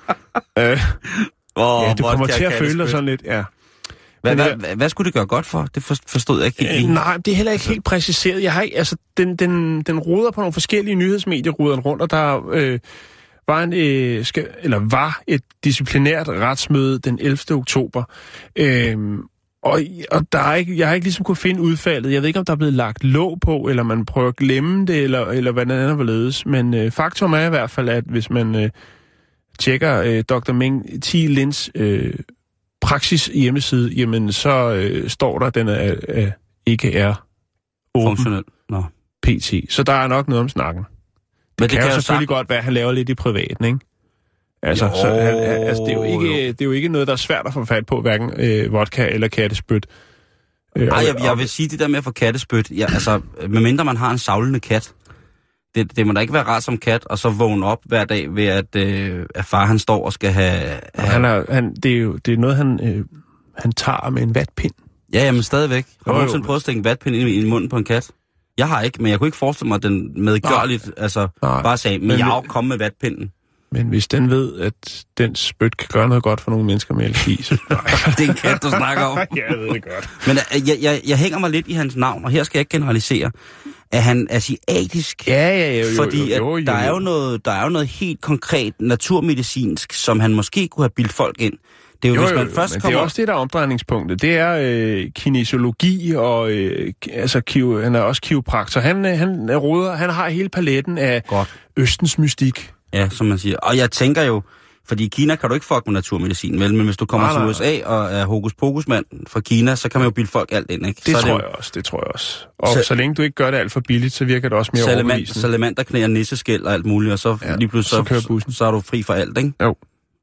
øh, oh, ja, du kommer til at føle dig sådan lidt, ja. Hvad, hvad, hvad, hvad skulle det gøre godt for? Det forstod jeg ikke helt. Øh, nej, det er heller ikke helt præciseret. Jeg har ikke, altså, den, den, den ruder på nogle forskellige nyhedsmedier, ruder rundt, og der øh, var, en, øh, skal, eller var et disciplinært retsmøde den ellevte oktober. Øh, og og der er ikke, jeg har ikke ligesom kunne finde udfaldet. Jeg ved ikke, om der er blevet lagt låg på, eller man prøver at glemme det, eller, eller hvad den anden var ledes. Men øh, faktum er i hvert fald, at hvis man øh, tjekker øh, doktor Ming Delans øh, praksis hjemmeside, jamen så øh, står der, at den er, øh, ikke er funktionel. Nå. P T. Så der er nok noget om snakken. Det, Men det kan, kan jo selvfølgelig sagt... godt være, at han laver lidt i privaten, ikke? Altså, så, han, altså det, er jo ikke, det er jo ikke noget, der er svært at få fat på, hverken øh, vodka eller kattespyt. Øh, Nej, jeg, jeg vil sige det der med at få kattespyt. Ja, altså, medmindre man har en savlende kat, det, det må da ikke være rart som kat, og så vågne op hver dag ved, at, øh, at far han står og skal have... have... Han er, han, det er jo det er noget, han, øh, han tager med en vatpind. Ja, jamen stadigvæk. Har du nogensinde prøvet at stikke en vatpind ind i, i munden på en kat? Jeg har ikke, men jeg kunne ikke forestille mig, at den medgørligt, altså Nej. bare sagde, men jeg kom med vatpinden. Men hvis den ved, at den spyt kan gøre noget godt for nogle mennesker med allergi, så... det er en kat, du snakker om. Ja, jeg ved det godt. Men jeg, jeg, jeg hænger mig lidt i hans navn, og her skal jeg ikke generalisere. Er han asiatisk? Ja, ja, ja. Jo, fordi jo, jo, jo, at der, er jo noget, der er jo noget helt konkret naturmedicinsk, som han måske kunne have bildt folk ind. Det er jo, jo, hvis man jo, først men kommer... det er også det, der er omdrejningspunktet. Det er øh, kinesiologi, og øh, altså, kiv, han er også kiropraktor. Han, han er roder, han har hele paletten af Godt. Østens mystik. Ja, som man siger. Og jeg tænker jo, fordi i Kina kan du ikke fuck med naturmedicin, vel? Men hvis du kommer nej, til U S A nej. og er hokus pokus mand fra Kina, så kan man jo bilde folk alt ind, ikke? Det så tror det jeg også, det tror jeg også. Og så, så længe du ikke gør det alt for billigt, så virker det også mere salament, overbevisende. Salamanderknæer, nisseskæld og alt muligt, og så ja, lige pludselig så, så, så, så er du fri for alt, ikke? Jo.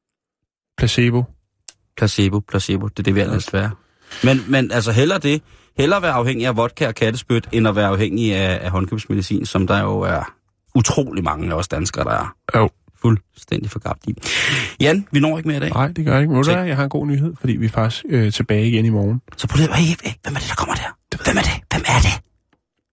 Placebo. Placebo, placebo, det er det, vi ellers være. Men, men altså hellere det, hellere være afhængig af vodka og kattespyt, end at være afhængig af, af håndkøbsmedicin, som der jo er utrolig mange af os danskere, der er. Jo. fuldstændig forgabt i. Jan, vi når ikke mere i dag. Nej, det gør jeg ikke. Men jeg har en god nyhed, fordi vi er faktisk øh, tilbage igen i morgen. Så prøv lige, hey, hey, hvem er det, der kommer